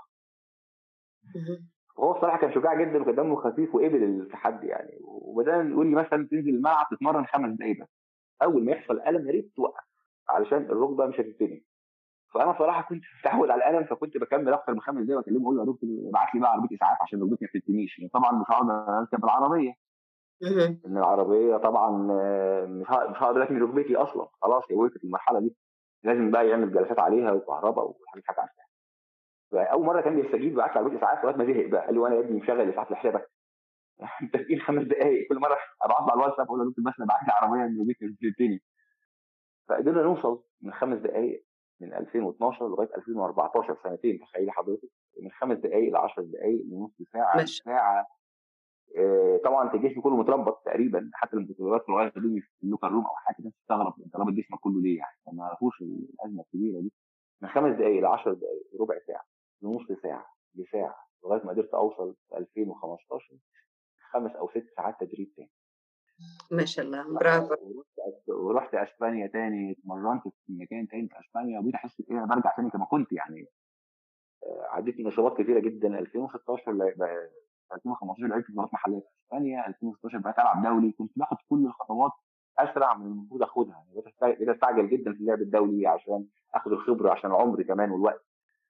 اهم. وهو الصراحه كان شجاع جدا وكان دمه خفيف وقبل التحدي يعني، وبدأنا نقول لي مثلا تنزل الملعب تتمرن 5 دقائق بس، اول ما يحصل الم يا ريت توقف علشان الركبه مش هتتني. فانا صراحه كنت متعود على الالم، فكنت بكمل اكتر من 5 دقايق واكلمه اقول له يا دكتور ابعت لي بقى عربيه اسعاف عشان ركبتي ما تتنيش. يعني طبعا مش هقدر اركب العربيه، اهم. ان العربيه طبعا مش هقدر اكمل ركبتي اصلا، خلاص هي وقفت المرحله دي. لازم بقى يعمل جلسات عليها وكهرباء وحاجات حاجه عشان. فاول مره كان بيستجيب بعت لي عربيه اسعاف لغايه ما زهق بقى، قال لي وانا يا ابني مشغل اسعاف لحسابك انت تقيل 5 دقائق كل مره ابعت له على الواتساب اقول له يا دكتور بس ابعت لي عربيه من ركبتي تتني. فقدرنا نوصل من 5 دقائق من 2012 لغايه 2014، سنتين تخيلي حضرتك، من 5 دقائق ل 10 دقائق لنص ساعه ماشي. لساعه. طبعا انت جسمي كله متربط تقريبا، حتى المتطلبات الصغيره دي في اللوكر روم او حاجه الناس تستغرب انت رابط جسمك كله ليه يعني، ما يعرفوش الازمه الكبيره دي. من 5 دقائق ل 10 دقائق، ربع ساعه، لنص ساعه، لساعه، لغايه ما قدرت اوصل في 2015 5 او 6 ساعات تدريب تاني. ما شاء الله، برافو. ورحت اسبانيا تاني، اتمرنت في مكان تاني في اسبانيا، وبقيت احس كده برجع تاني كما كنت يعني. عديت من اصابات كتيره جدا. 2016 2015 لعبت في بطولات محليه في اسبانيا، 2016 بقيت العب دولي، كنت باخد كل الخطوات اسرع من المفروض اخدها يعني، بقيت استعجل جدا في اللعب الدولي عشان اخد الخبره عشان العمر كمان والوقت.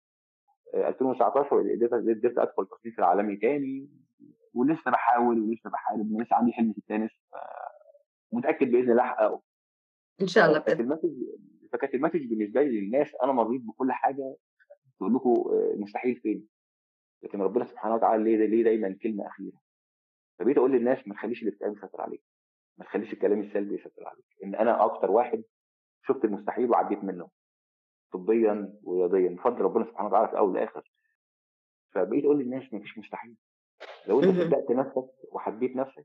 2019 قدرت ادخل التصنيف العالمي تاني، ولسه بحاول ولسه بحارب، ولسه عندي حلم في التنس، متاكد باذن الله احققه. إن شاء الله فكانت بإذن. المسج فكانت المسج بالنسبه لي للناس، انا مريت بكل حاجه تقول لكم مستحيل فين، لكن ربنا سبحانه وتعالى ليه دايما كلمه اخيره. فبقيت اقول للناس ما تخليش الاكتئاب يسيطر عليك، ما تخليش الكلام السلبي يسيطر عليك، ان انا اكتر واحد شفت المستحيل وعديت منه طبيا ورياضيا بفضل ربنا سبحانه وتعالى في الاول والاخر. فبقيت اقول للناس ما فيش مستحيل، لو انت اهم. صدقت نفسك وحبيت نفسك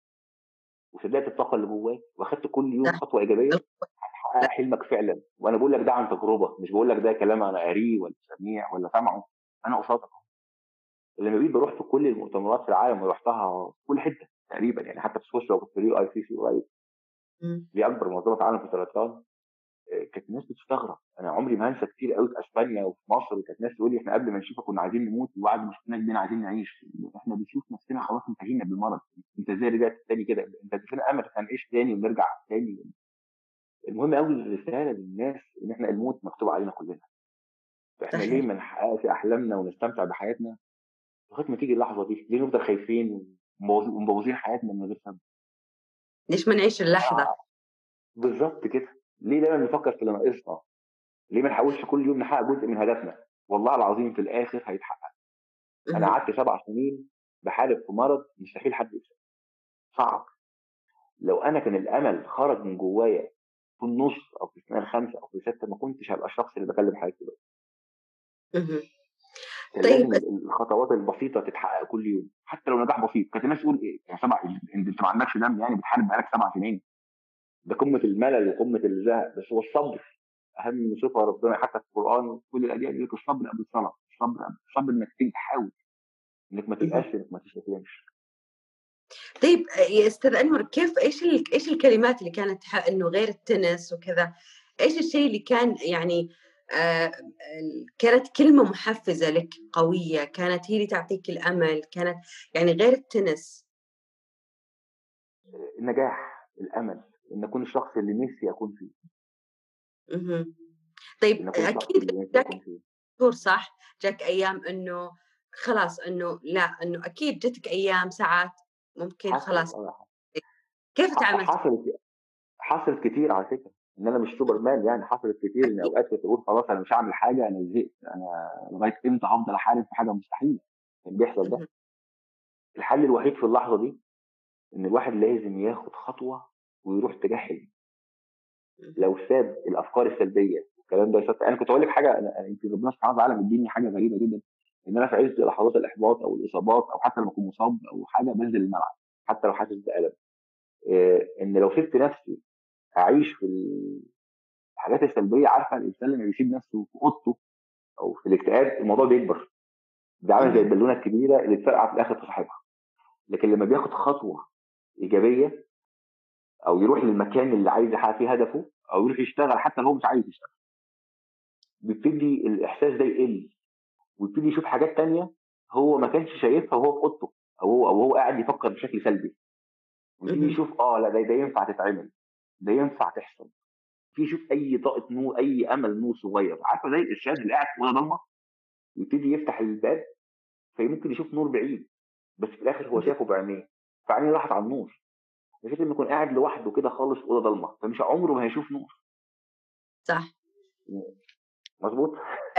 وصدقت الطاقه اللي جواك واخدت كل يوم صح. خطوه ايجابيه القوة. هتحقق لأ. حلمك فعلا. وانا بقول لك ده عن تجربه، مش بقول لك ده كلام انا قاريه ولا سميع ولا سامعه، انا قصادك. لما بقيت بروح في كل المؤتمرات في العالم، ورحتها في كل حته تقريبا يعني، حتى في سويسرا كنت في اليو اي سي سي قريب، إمم. دي اكبر منظمه عالم في السرطان. كانت الناس بتستغرب. انا عمري ما هنسى كتير قوي في اسبانيا وفي مصر، وكانت ناس تقول لي احنا قبل ما نشوفك كنا عايزين نموت، وبعد ما شفناك بينا عايزين نعيش. احنا بنشوف نفسنا خلاص انتهينا بالمرض. انت ازاي رجعت تاني كده؟ انت اديتنا امل هنعيش تاني ونرجع تاني. المهم قوي الرساله للناس ان احنا الموت مكتوب علينا كلنا، فاحنا ليه صحيح. ما نحققش احلامنا ونستمتع بحياتنا لغايه ما تيجي اللحظه دي؟ ليه نفضل خايفين ومبوظين حياتنا من غير سبب؟ ليش ما نعيش اللحظة؟ بالظبط كده. ليه دايما نفكر في اللي ناقصنا؟ ليه ما نحاولش كل يوم نحقق جزء من هدفنا؟ والله العظيم في الاخر هيتحقق. انا اهم. قعدت 7 سنين بحارب في مرض مستحيل حد يكسبه، صعب. لو انا كان الامل خرج من جوايا في النص او في السنه الخامسه او في السادسه، ما كنتش هبقى الشخص اللي بكلم حضرتك دلوقتي. اهم. كان طيب. لازم الخطوات البسيطه تتحقق كل يوم، حتى لو نجاح بسيط. كانت الناس تقول ايه يعني، انت ما عندكش دم يعني، بتحارب بقالك 7 سنين؟ ده قمه الملل وقمه الزهق. بس هو الصبر اهم صفه ربنا حتى في القران وفي كل الاديان يقول لك الصبر قبل الصلاه. الصبر انك تيجي تحاول، انك ما اهم. تيأسش، انك ما تستسلمش. طيب يا أستاذ أنور، كيف إيش الكلمات اللي كانت إنه غير التنس وكذا، إيش الشيء اللي كان يعني كانت كلمة محفزة لك قوية، كانت هي اللي تعطيك الأمل، كانت يعني غير التنس؟ النجاح، الامل، ان اكون الشخص اللي نفسي اكون فيه. اهم. ان طيب اكون الشخص أكيد اللي نفسي جاك اكون فيه. دكتور صح؟ جاك أيام إنه خلاص إنه لأ، إنه أكيد جتك أيام ساعات ممكن حصلت خلاص، اه كيف تعاملتِ؟ حصلت حصلت كتير على فكره. ان انا مش سوبرمان يعني. حصلت كتير ان أكيد. اوقات كنت اقول خلاص انا مش هعمل حاجه، انا زهقت، انا لغايه امتى هفضل احارب في حاجه مستحيله؟ كان بيحصل ده. اهم. الحل الوحيد في اللحظه دي ان الواحد لازم ياخد خطوه ويروح تجاه حلمه. اهم. لو ساب الافكار السلبيه والكلام ده يسطا. انا كنت اقول لك حاجه، أنا يمكن ربنا سبحانه وتعالى مديني حاجه غريبه جدا، ان انا في عز لحظات الاحباط او الاصابات او حتى لما اكون مصاب او حاجه بنزل الملعب حتى لو حاسس بالم. ان لو سبت نفسي اعيش في الحاجات السلبيه، عارفه الانسان لما بيسيب نفسه في اوضته او في الاكتئاب الموضوع بيكبر. ده عامل زي اهم. البالونه الكبيره اللي اتفرقع في الاخر في صاحبها. لكن لما بياخد خطوه ايجابيه او يروح للمكان اللي عايز يحقق فيه هدفه او يروح يشتغل حتى لو هو مش عايز يشتغل، بيبتدي الاحساس ده يقل ويبتدي يشوف حاجات تانية هو ما كانش شايفها وهو في اوضته، او هو قاعد يفكر بشكل سلبي. ويبتدي اهم. يشوف لا ده ينفع تتعمل، ده ينفع تحصل. في يشوف اي طاقه نور، اي امل نور صغير، عارفه زي الارشاد اللي قاعد في اوضه ضلمه يبتدي يفتح الباب فممكن يشوف نور بعيد، بس في الاخر هو اهم. شافه بعينيه، فعينيه راحت على النور. بحيث انه يكون قاعد لوحده كده خالص في اوضه ضلمه فمش عمره ما هيشوف نور. صح. مظبوط.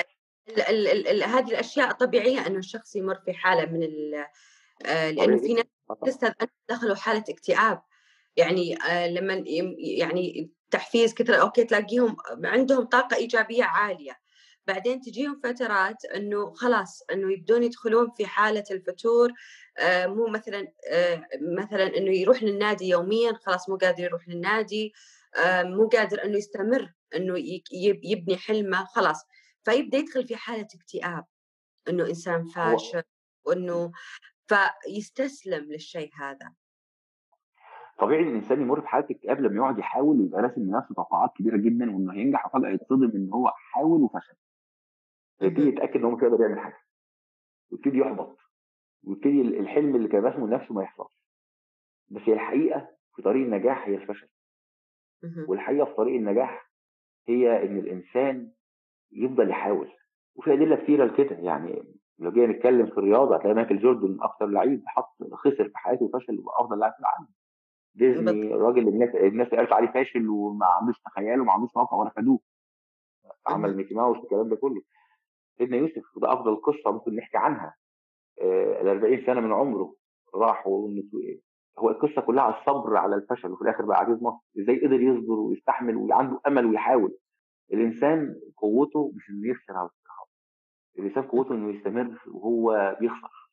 ال هذه الأشياء طبيعية إنه الشخص يمُر في حالة من لإنه طبيعي في جدا. ناس طبعا. لسه دخلوا حالة اكتئاب، يعني لمّن يعني تحفيز كده أوكي تلاقيهم عندهم طاقة إيجابية عالية، بعدين تجيهم فترات إنه خلاص إنه يبدون يدخلون في حالة الفتور، مو مثلًا مثلًا إنه يروح للنادي يوميًا خلاص مو قادر يروح للنادي، مو قادر إنه يستمر إنه يبني حلمه خلاص، فيبدأ يدخل في حالة اكتئاب، إنه إنسان هو فاشل وإنه فيستسلم للشيء هذا. طبيعي ان الانسان يمر بحاله اكتئاب لما يقعد يحاول ويبقى راسم لنفسه توقعات كبيره جدا وانه هينجح وفجاه يتصدم ان هو حاول وفشل. فيبتدي اهم. يتاكد ان هو مش هيقدر يعمل حاجه، ويبتدي يحبط، ويبتدي الحلم اللي كان راسمه لنفسه ما يحصلش. بس هي الحقيقه في طريق النجاح هي الفشل، اهم. والحقيقه في طريق النجاح هي ان الانسان يفضل يحاول. وفي ادله كتيره لكده يعني. لو جينا نتكلم في الرياضه هتلاقي مايكل جوردن اكتر لعيب خسر في حياته وفشل وبقى افضل لاعب في العالم. بالضبط. ديزني الراجل اللي الناس قالت عليه فاشل وما عندوش تخيل وما عندوش موقع ولا خدوه، عمل اهم. ميكي ماوس والكلام ده كله. سيدنا يوسف وده افضل قصه ممكن نحكي عنها. ال 40 سنه من عمره راح هو القصه كلها على الصبر على الفشل، وفي الاخر بقى عزيز مصر. ازاي قدر يصبر ويستحمل وعنده امل ويحاول. الانسان قوته مش انه يفشل على فكرة. الانسان اهم. قوته انه يستمر وهو بيخسر.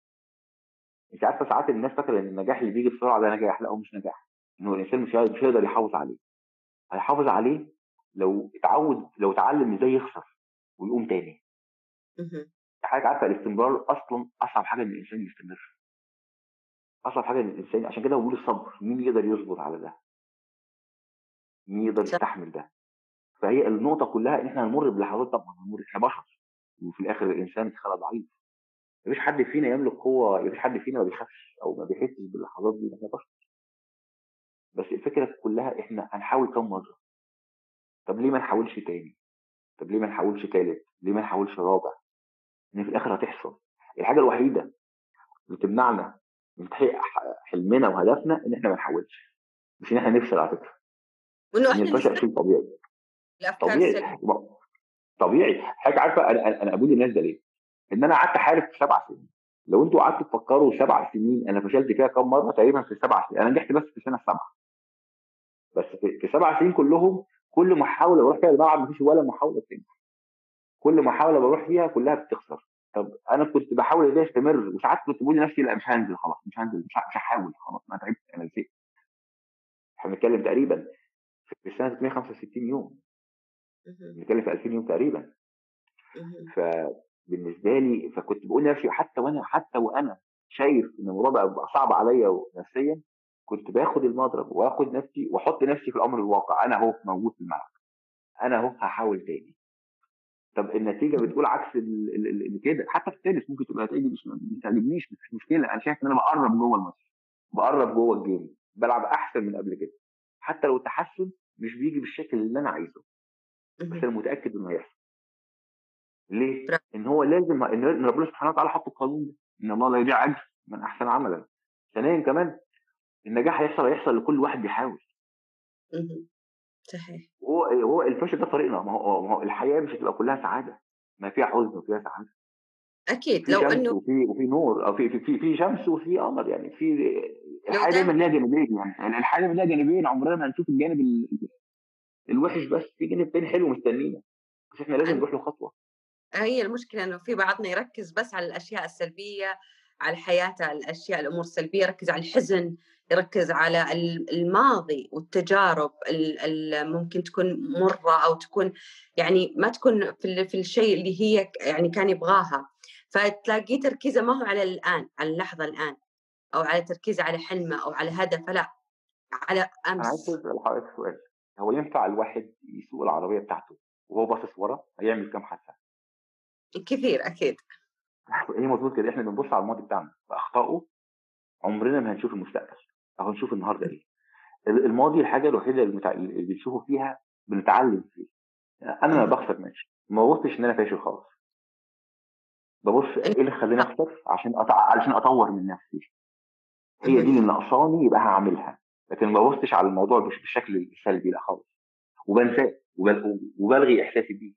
انت عارفه ساعات الناس فاكره ان النجاح اللي بيجي بسرعه ده نجاح. لا، هو مش نجاح. انه الانسان مش هيقدر يحافظ عليه. هيحافظ عليه لو اتعلم ازاي يخسر ويقوم تاني. اهم. حضرتك عارفة الاستمرار أصلًا أصعب حاجة إن الإنسان يستمر، أصعب حاجة إن الإنسان عشان كده باقول الصبر، مين يقدر يصبر على ده؟ مين يقدر صح. يستحمل ده؟ فهي النقطة كلّها إن إحنا هنمُر بلحظات طبعًا، إحنا بشر، وفي الآخر الإنسان اتخلق ضعيف، ما فيش حد فينا يملك قوة، ما فيش حد فينا ما بيخافش أو ما بيحسّش باللحظات دي، إحنا بشر، بس الفكرة كلّها إحنا هنحاول كام مرّة، طب ليه ما نحاولش تاني، طب ليه ما نحاولش تالت، ليه ما نحاولش رابع، إن في الآخر هتحصل. الحاجة الوحيدة اللي تمنعنا من تحقيق حلمنا وهدفنا إن إحنا ما نحاولش، مش إن إحنا نفشل على فكرة، وإنه إن إحنا الفشل نستسلم شيء طبيعي، للأفكار السلبية. طبيعي طبيعي. حضرتك عارفة أنا باقول للناس ده ليه؟ إن أنا قعدت أحارب في 7 سنين، لو أنتم قعدتوا تفكروا 7 سنين أنا فشلت فيها كام مرّة، تقريبًا في ال7 سنين، أنا نجحت بس في السنة ال7، بس في ال7 سنين كلّهم كل محاولة باروح فيها الملعب ما فيش ولا محاولة بتنجح، كل محاولة باروح فيها كلّها بتخسر. طب أنا كنت باحاول إزاي أستمر، وساعات كنت باقول لنفسي لأ مش هانزل خلاص، مش هانزل، مش هاحاول خلاص، أنا تعبت، أنا زهقت. إحنا بنتكلم تقريبًا في السنة 365 يوم، اهم. بنتكلم في 2000 يوم تقريبًا. اهم. فبالنسبة لي فكنت باقول لنفسي حتى وأنا شايف إن الموضوع بقى صعب عليّا نفسيًا، كنت باخد المضرب وآخد نفسي وأحط نفسي في الأمر الواقع، أنا أهو موجود في الملعب، أنا أهو هاحاول تاني. طب النتيجة اهم. بتقول عكس ال كده، حتى في التنس ممكن تبقى نتايجي مش ما تعجبنيش، مش مشكلة، أنا شايف إن أنا باقرّب جوّه الماتش، باقرّب جوّه الgame، بالعب أحسن من قبل كده، حتى لو التحسّن مش بييجي بالشكل اللي أنا عايزه، بس اهم. أنا متأكد إنه هيحصل. ليه؟ برافو. إن هو لازم إن ربنا سبحانه وتعالى حط القانون ده، إن الله لا يضيع أجر من أحسن عملًا. ثانيًا كمان النجاح هيحصل لكل واحد بيحاول، اهم. صحيح. وهو الفشل ده طريقنا، ما هو الحياة مش هتبقى كلّها سعادة، ما فيها حزن وفيها سعادة، أكيد في لو شمس إنه وفي نور، أو في شمس وفي قمر، يعني لو الحياة دايمًا دايمًا ليها جانبين، يعني الحياة دايمًا ليها جانبين، عمرنا ما هنشوف الجانب الوحش بس، في جانب تاني حلو مستنينا، بس إحنا لازم عن نروح له خطوة. هي المشكلة إنه في بعضنا يركّز بس على الأشياء السلبية، على حياته، على الأمور السلبية، يركّز على الحزن، يركّز على الماضي والتجارب ممكن تكون مُرّة أو تكون يعني ما تكون في الشيء اللي هي يعني كان يبغاها، فتلاقيه تركيزه ما هو على الآن، على اللحظة الآن، أو على تركيزه على حلمه أو على هدفه، لأ، على أنا عايز أمس. أسأل حضرتك سؤال، هو ينفع الواحد يسوق العربية بتاعته وهو باصص ورا، هيعمل كام حادثة؟ كثير أكيد. هي مضبوط كده، إحنا بنبُص على الماضي بتاعنا بأخطائه، عمرنا ما هنشوف المستقبل، أو هنشوف النهارده إيه. الماضي الحاجة الوحيدة اللي بنشوفه فيها بنتعلم فيه. أنا لمّا اهم. باخسر ماشي، ما بابُصّش إن أنا فاشل خالص، بابُص إن إيه اللي خلّاني أخسر علشان أطوّر من نفسي، هي اهم. دي اللي ناقصاني يبقى هاعملها، لكن ما بابُصّش على الموضوع بالشكل السلبي لأ خالص، وبانساه وبالغي إحساسي بيه،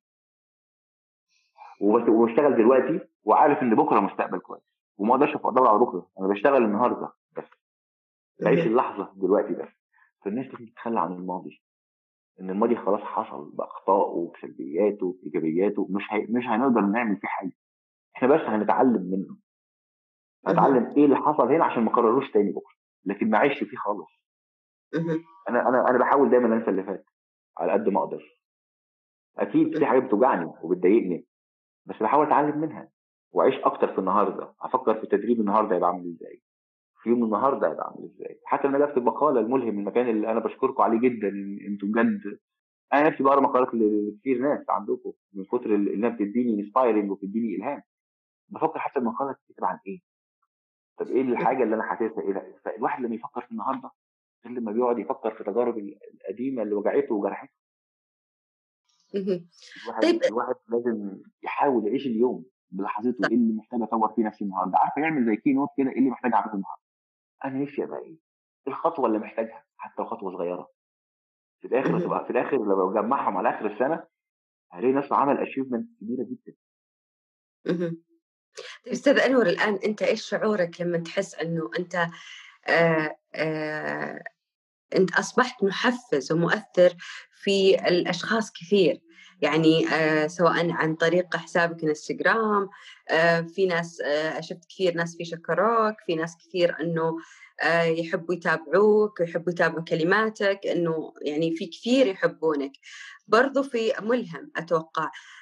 وباشتغل دلوقتي وعارف إن بُكرة مستقبل كويس، وما اقدرش أدوّر على بُكرة، أنا باشتغل النهارده بس، باعيش اهم. اللحظة دلوقتي بس. فالناس لازم تتخلّى عن الماضي، إن الماضي خلاص حصل بأخطائه، بسلبياته، بإيجابياته، مش هنقدر نعمل فيه حاجة، إحنا بس هنتعلم منه، اهم. هنتعلم إيه اللي حصل هنا عشان ما اكرروش تاني بكرة، لكن ما اعيش فيه خالص. اهم. أنا باحاول دايمًا أنسى اللي فات على قد ما أقدر، أكيد اهم. في حاجات بتوجعني وبتضايقني، بس باحاول أتعلم منها وأعيش أكتر في النهارده، أفكر في تدريب النهارده هيبقى عامل إزاي، في يوم النهارده هيبقى عامل إزاي، حتى لمّا آجي أكتب مقالة لملهم المكان اللي أنا باشكركم عليه جدًا، أنتم بجد أنا نفسي باقرا مقالات لكتير ناس عندكم من كتر إنها بتدّيني inspiring وبتدّيني إلهام، بافكر حتى المقالة تتكتب عن إيه، طب إيه اهم. الحاجة اللي أنا حاسسها إيه ده، فالواحد لمّا يفكر في النهارده غير لمّا بيقعد يفكر في تجارب القديمة اللي وجعته وجرحته. اهم. الواحد طيب. الواحد لازم يحاول يعيش اليوم بلحظته، إيه اللي محتاج أطوّر فيه نفسي النهارده، عارفة يعمل زي keynote كده، إيه اللي محتاج أعمله النهارده، أنا نفسي أبقى إيه، إيه الخطوة اللي محتاجها حتى لو خطوة صغيرة، اهم. في الآخر لمّا باجمّعهم على آخر السنة هالاقي نفسه عمل achievement كبيرة جدًا. اهم. طيب أستاذ أنور، الآن أنت إيش شعورك لمّن تحس إنه أنت آآ آآ أنت أصبحت محفّز ومؤثّر في الأشخاص كثير، يعني سواء عن طريق حسابك إنستجرام، في ناس شُفت كثير ناس فيه شكروك، في ناس كثير إنه يحبّوا يتابعوك ويحبّوا يتابعوا كلماتك، إنه يعني في كثير يحبّونك، برضه في ملهم أتوقع،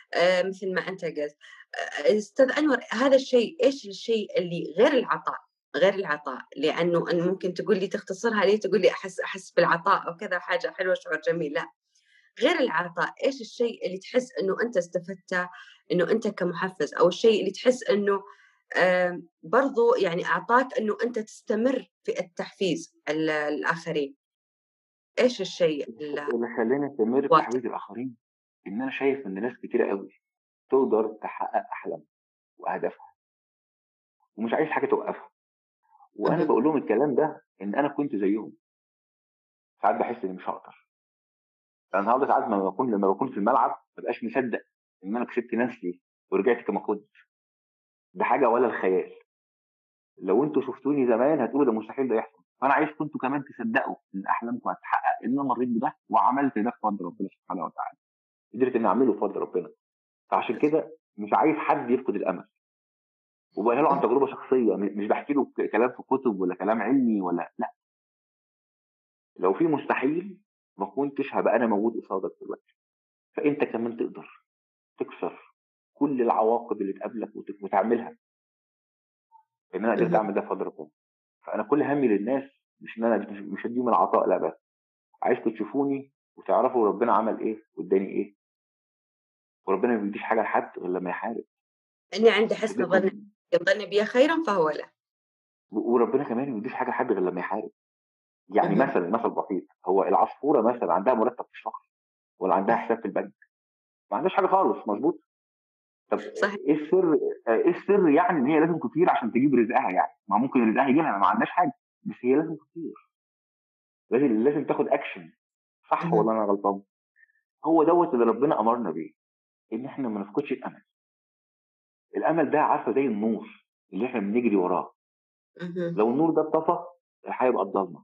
مثل ما أنت قُلت. أستاذ أنور، هذا الشيء، إيش الشيء اللي غير العطاء، غير العطاء، لأنه أن ممكن تقول لي تختصرها ليه، تقول لي أحس بالعطاء أو كذا حاجة حلوة شعور جميل، لأ، غير العطاء، إيش الشيء اللي تحس إنه أنت استفدته، إنه أنت كمحفز، أو الشيء اللي تحس إنه برضه يعني أعطاك إنه أنت تستمر في التحفيز الآخرين، إيش الشيء اللي خلّاني أستمر في واضح؟ تحفيز الآخرين، إن أنا شايف إن ناس كتيرة أوي تقدر تحقق أحلامها وأهدافها ومش عايز حاجة توقّفها، وأنا اهم، باقول لهم الكلام ده إن أنا كنت زيّهم، ساعات باحس إني مش هاقدر. أنا النهارده ساعات لمّا باكون في الملعب ما بابقاش مصدّق إن أنا كسبت نَفْسي ورجعت كما كنت، ده حاجة ولا الخيال. لو أنتم شفتوني زمان هتقولوا ده مستحيل ده يحصل، فأنا عايزكم أنتم كمان تصدّقوا إن أحلامكم هتتحقق، لإن أنا مرّيت بده وعملت ده بفضل ربنا سبحانه وتعالى، قدرت إني أعمله بفضل ربنا، فعشان كده مش عايز حد يفقد الأمل، وباقولها له عن اهم، تجربة شخصية، مش باحكي له كلام في كُتب ولا كلام علمي ولا لأ، لو في مستحيل ما كنتش هابقى أنا موجود قصادك دلوقتي، فأنت كمان تقدر تكسر كل العواقب اللي تقابلك وتعملها، لإن أنا قدرت اهم، أعمل ده بفضل ربنا. فأنا كل هَمّي للناس مش إن أنا مش أدّيهم العطاء لأ، بس عايزكم تشوفوني وتعرفوا ربنا عمل إيه وادّاني إيه، وربنا ما بيدّيش حاجة لحد غير لمّا يحارب، إني عند مش حسن ظن، هادّيكم الظن بي خيرًا فهو له. وربنا كمان ما بيدّيش حاجة لحد غير لمّا يحارب، يعني اهم، مثل بسيط، هو العصفورة مثلًا عندها مرتب في الشهر والّا عندها حساب في البنك؟ ما عندهاش حاجة خالص، مضبوط؟ طب صحيح، إيه السر يعني إن هي لازم تطير عشان تجيب رزقها يعني؟ ما ممكن رزقها ييجي لها ما عندهاش حاجة، بس هي لازم تطير، لازم تاخد action، صح اهم، والّا أنا غلطان؟ هو دوّة اللي ربنا أمرنا بيه، إن إحنا ما نفقدش الأمل، الأمل ده عارفة زي النور اللي إحنا بنجري وراه، اهم، لو النور ده اتطفى الحياة بقت ضلمة،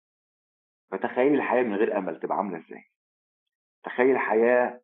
فتخيلي الحياة من غير أمل تبقى عاملة إزاي؟ تخيلي حياة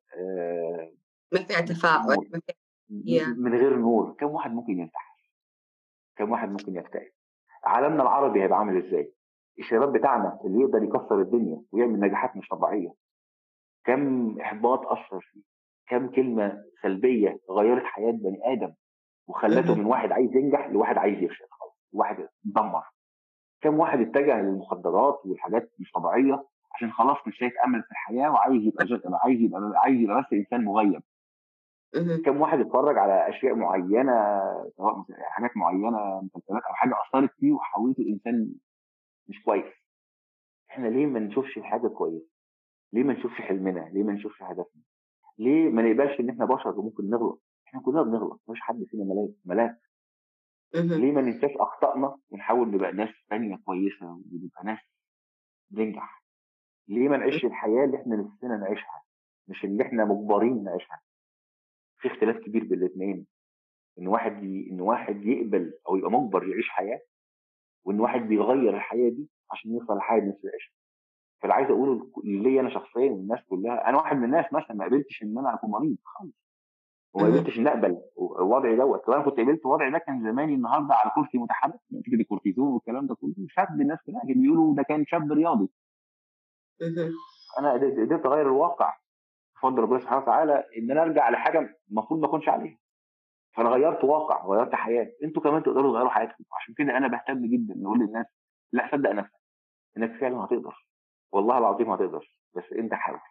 ما فيها من غير تفاؤل، نور، ما فيها. من غير نور، كام واحد ممكن ينتحر؟ كام واحد ممكن يكتئب؟ عالمنا العربي هيبقى عامل إزاي؟ الشباب بتاعنا اللي يقدر يكسر الدنيا ويعمل نجاحات مش طبيعية، كم إحباط أثّر فيه، كم كلمة سلبية غيّرت حياة بني آدم وخلّته اهم، من واحد عايز ينجح لواحد عايز يفشل خالص، لواحد اتدمّر، كم واحد اتجه للمخدرات والحاجات مش طبيعية عشان خلاص مش شايف أمل في الحياة وعايز يبقى عايز يبقى بس إنسان مُغيّب، اهم، كم واحد اتفرّج على أشياء معيّنة سواء حاجات معيّنة مسلسلات أو حاجة أثّرت فيه وحوّلته لإنسان مش كويس، إحنا ليه ما نشوفش الحاجة كويسة؟ ليه ما نشوفش حلمنا؟ ليه ما نشوفش هدفنا؟ ليه ما نقبلش إن إحنا بشر وممكن نغلط؟ إحنا كلنا بنغلط، ما فيش حد فينا ملاك، اهم، ليه ما ننساش أخطائنا ونحاول نبقى ناس تانية كويسة ونبقى ناس بننجح؟ ليه ما اهم، نعيشش الحياة اللي إحنا نفسنا نعيشها، مش اللي إحنا مجبرين نعيشها؟ في اختلاف كبير بين الاتنين، إن واحد يقبل أو يبقى مجبر يعيش حياة، وإن واحد بيغيّر الحياة دي عشان يوصل لحاجة نفسه يعيشها. فاللي عايز أقوله ليّا أنا شخصيًا والناس كلها، أنا واحد من الناس مثلًا ما قبلتش إن أنا أكون مريض خالص. وما اهم، قدرتش إني أقبل وضعي دوّة، لو أنا كنت قبلت وضعي ده كان زماني النهارده على كرسي متحرك نتيجة الكورتيزون والكلام ده كله، شاب الناس كلها كانوا بيقولوا ده كان شاب رياضي، اهم، أنا قدرت أغيّر الواقع بفضل ربنا سبحانه وتعالى إن أنا أرجع لحاجة المفروض ما أكونش عليها، فأنا غيّرت واقع، غيّرت حياة، أنتم كمان تقدروا تغيّروا حياتكم، عشان كده أنا باهتم جدًا إني أقول للناس لأ صدّق نفسك، إنك فعلًا هتقدر، والله العظيم هتقدر، بس أنت حاول،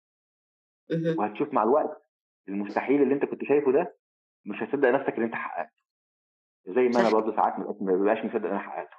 اهم. وهتشوف مع الوقت المستحيل اللي أنت كنت شايفه ده مش هتصدق نفسك إن أنت حققته، زي ما أنا صح. برضه ساعات ما بابقاش مصدق إن أنا حققته.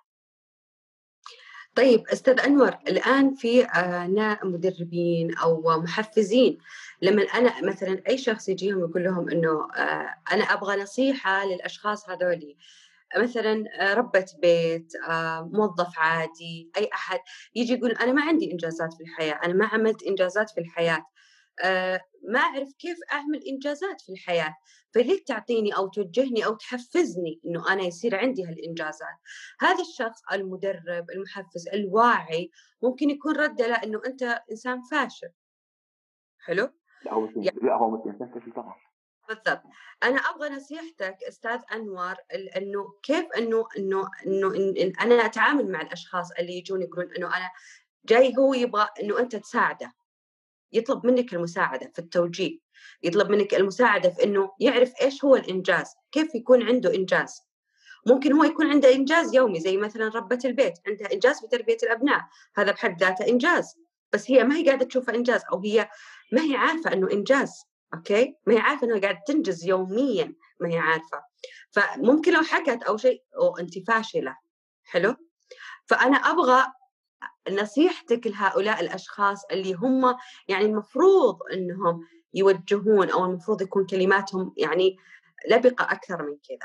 طيب أستاذ أنور، الآن في مدربين أو محفزين، لمن أنا مثلًا أي شخص يجيهم يقول لهم إنه أنا أبغى نصيحة للأشخاص هذولي، مثلًا ربة بيت، موظف عادي، أي أحد ييجي يقول أنا ما عندي إنجازات في الحياة، أنا ما عملت إنجازات في الحياة، ما أعرف كيف أعمل إنجازات في الحياة، فليك تعطيني أو توجهني أو تحفزني إنه أنا يصير عندي هالإنجازات. هذا الشخص المدرب، المحفز، الواعي، ممكن يكون رَدّه له إنه أنت إنسان فاشل، حلو؟ لأ هو مش إنسان كافي طبعًا. بالضبط. أنا أبغى نصيحتك أستاذ أنور، إنه كيف إن أنا أتعامل مع الأشخاص اللي يجون يقولون إنه أنا جاي هو يبغى إنه أنت تساعده، يطلب منِّك المساعدة في التوجيه، يطلب منِّك المساعدة في إنه يعرف إيش هو الإنجاز، كيف يكون عنده إنجاز. ممكن هو يكون عنده إنجاز يومي زي مثلًا ربّة البيت، عندها إنجاز في تربية الأبناء، هذا بحد ذاته إنجاز، بس هي ما هي قاعدة تشوفه إنجاز أو هي ما هي عارفة إنه إنجاز، أوكي؟ ما هي عارفة إنه قاعدة تنجز يوميًا، ما هي عارفة، فممكن لو حكت أو شيء أوه أنتِ فاشلة، حلو؟ فأنا أبغى نصيحتِك لهؤلاء الأشخاص اللي هم يعني المفروض إنهم يوجّهون أو المفروض يكون كلماتهم يعني لبقة أكثر من كذا.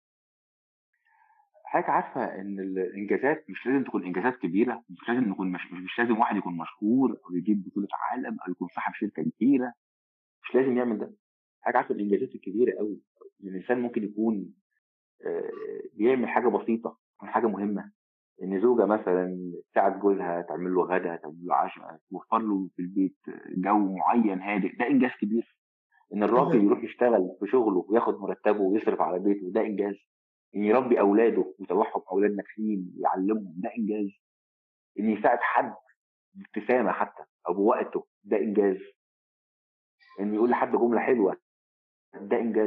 حضرتك عارفة إن الإنجازات مش لازم تكون إنجازات كبيرة، مش لازم نكون مش لازم واحد يكون مشهور أو يجيب بطولة عالم أو يكون صاحب شركة كبيرة، مش لازم يعمل ده. حضرتك عارفة الإنجازات الكبيرة أوي، الإنسان ممكن يكون بيعمل حاجة بسيطة، تكون حاجة مهمة، إن زوجة مثلًا تساعد جوزها تعمل له غدا، تعمل له عشا، توفر له في البيت جو معين هادئ، ده إنجاز كبير. إن الراجل اهم، يروح يشتغل في شغله وياخد مرتبه ويصرف على بيته، ده إنجاز. إن يربي أولاده ويطلعهم أولاد ناجحين ويعلمهم، ده إنجاز. إن يساعد حد بابتسامة حتى أو بوقته، ده إنجاز. إن يقول لحد جملة حلوة، ده إنجاز.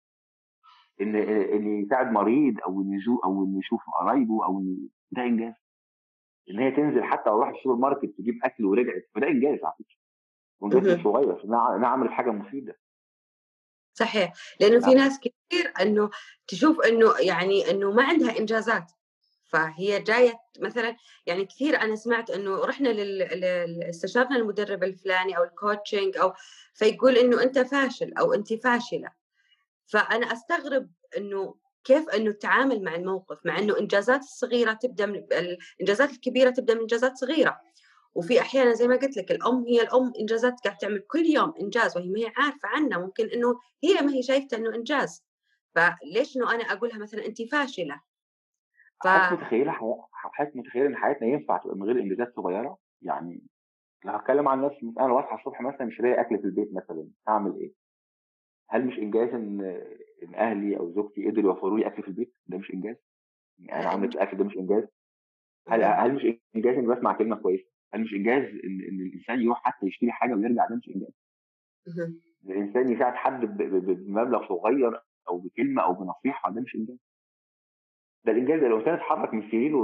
إن يساعد مريض أو إنه أو إنه يشوف قرايبه ده إنجاز. إن هي تنزل حتى لو راحت السوبر ماركت تجيب أكل ورجعت، فده إنجاز على فكرة. وإنجاز مش اهم. صغير، إنها عملت حاجة مفيدة. صحيح، لإنه في نعم. ناس كتير إنه تشوف إنه يعني إنه ما عندها إنجازات، فهي جاية مثلًا يعني كثير أنا سمعت إنه رُحنا استشرنا المدرب الفلاني أو الcoaching أو فيقول إنه أنت فاشل أو أنتِ فاشلة، فأنا أستغرب إنه كيف إنه التعامل مع الموقف، مع إنه الإنجازات الصغيرة تبدأ من الإنجازات الكبيرة تبدأ من إنجازات صغيرة. وفي أحيانًا زي ما قُلت لك الأم هي الأم إنجازات قاعدة تعمل كل يوم إنجاز وهي ما هي عارفة عنه، ممكن إنه هي ما هي شايفته إنه إنجاز، فليش إنه أنا أقول لها مثلًا أنتِ فاشلة؟ ف حضرتك متخيلة إن حياتنا ينفع تبقى من غير إنجازات صغيرة؟ يعني لو هاتكلم عن نفسي مثلًا، أنا لو هاصحى الصبح مثلًا مش لاقي أكل في البيت مثلًا، هاعمل إيه؟ هل مش إنجاز إن أهلي أو زوجتي قدروا يوفروا لي أكل في البيت؟ ده مش إنجاز؟ يعني أنا لأ عملت إنج الأكل، ده مش إنجاز؟ اهم، هل مش إنجاز إني باسمع كلمة كويسة؟ هل مش إنجاز إن الإنسان يروح حتى يشتري حاجة ويرجع، ده مش إنجاز؟ اهم، الإنسان يساعد حد بمبلغ صغير أو بكلمة أو بنصيحة، ده مش إنجاز؟ ده الإنجاز لو الإنسان اتحرك من سريره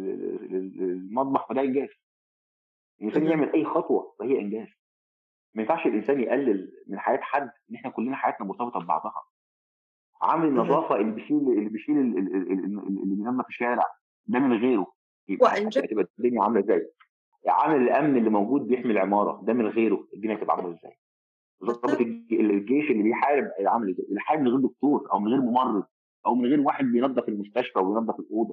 للمطبخ، فده إنجاز. الإنسان اهم، يعمل أي خطوة فهي إنجاز. ما ينفعش الإنسان يقلل من حياة حد، إن إحنا كلنا حياتنا مرتبطة ببعضها. عامل اهم، النظافة اللي بيشيل اللي بينظف الشارع، ده من غيره هو يبقى إنجاز هتبقى الدنيا عاملة إزاي؟ عامل الأمن اللي موجود بيحمي العمارة، ده من غيره الدنيا هتبقى عاملة إزاي؟ ضابط بالضبط، الجيش اللي بيحارب هيبقى عامل إزاي؟ اللي بيحارب من غير دكتور أو من غير ممرض أو من غير واحد بينظف المستشفى وبينظف الأوضة،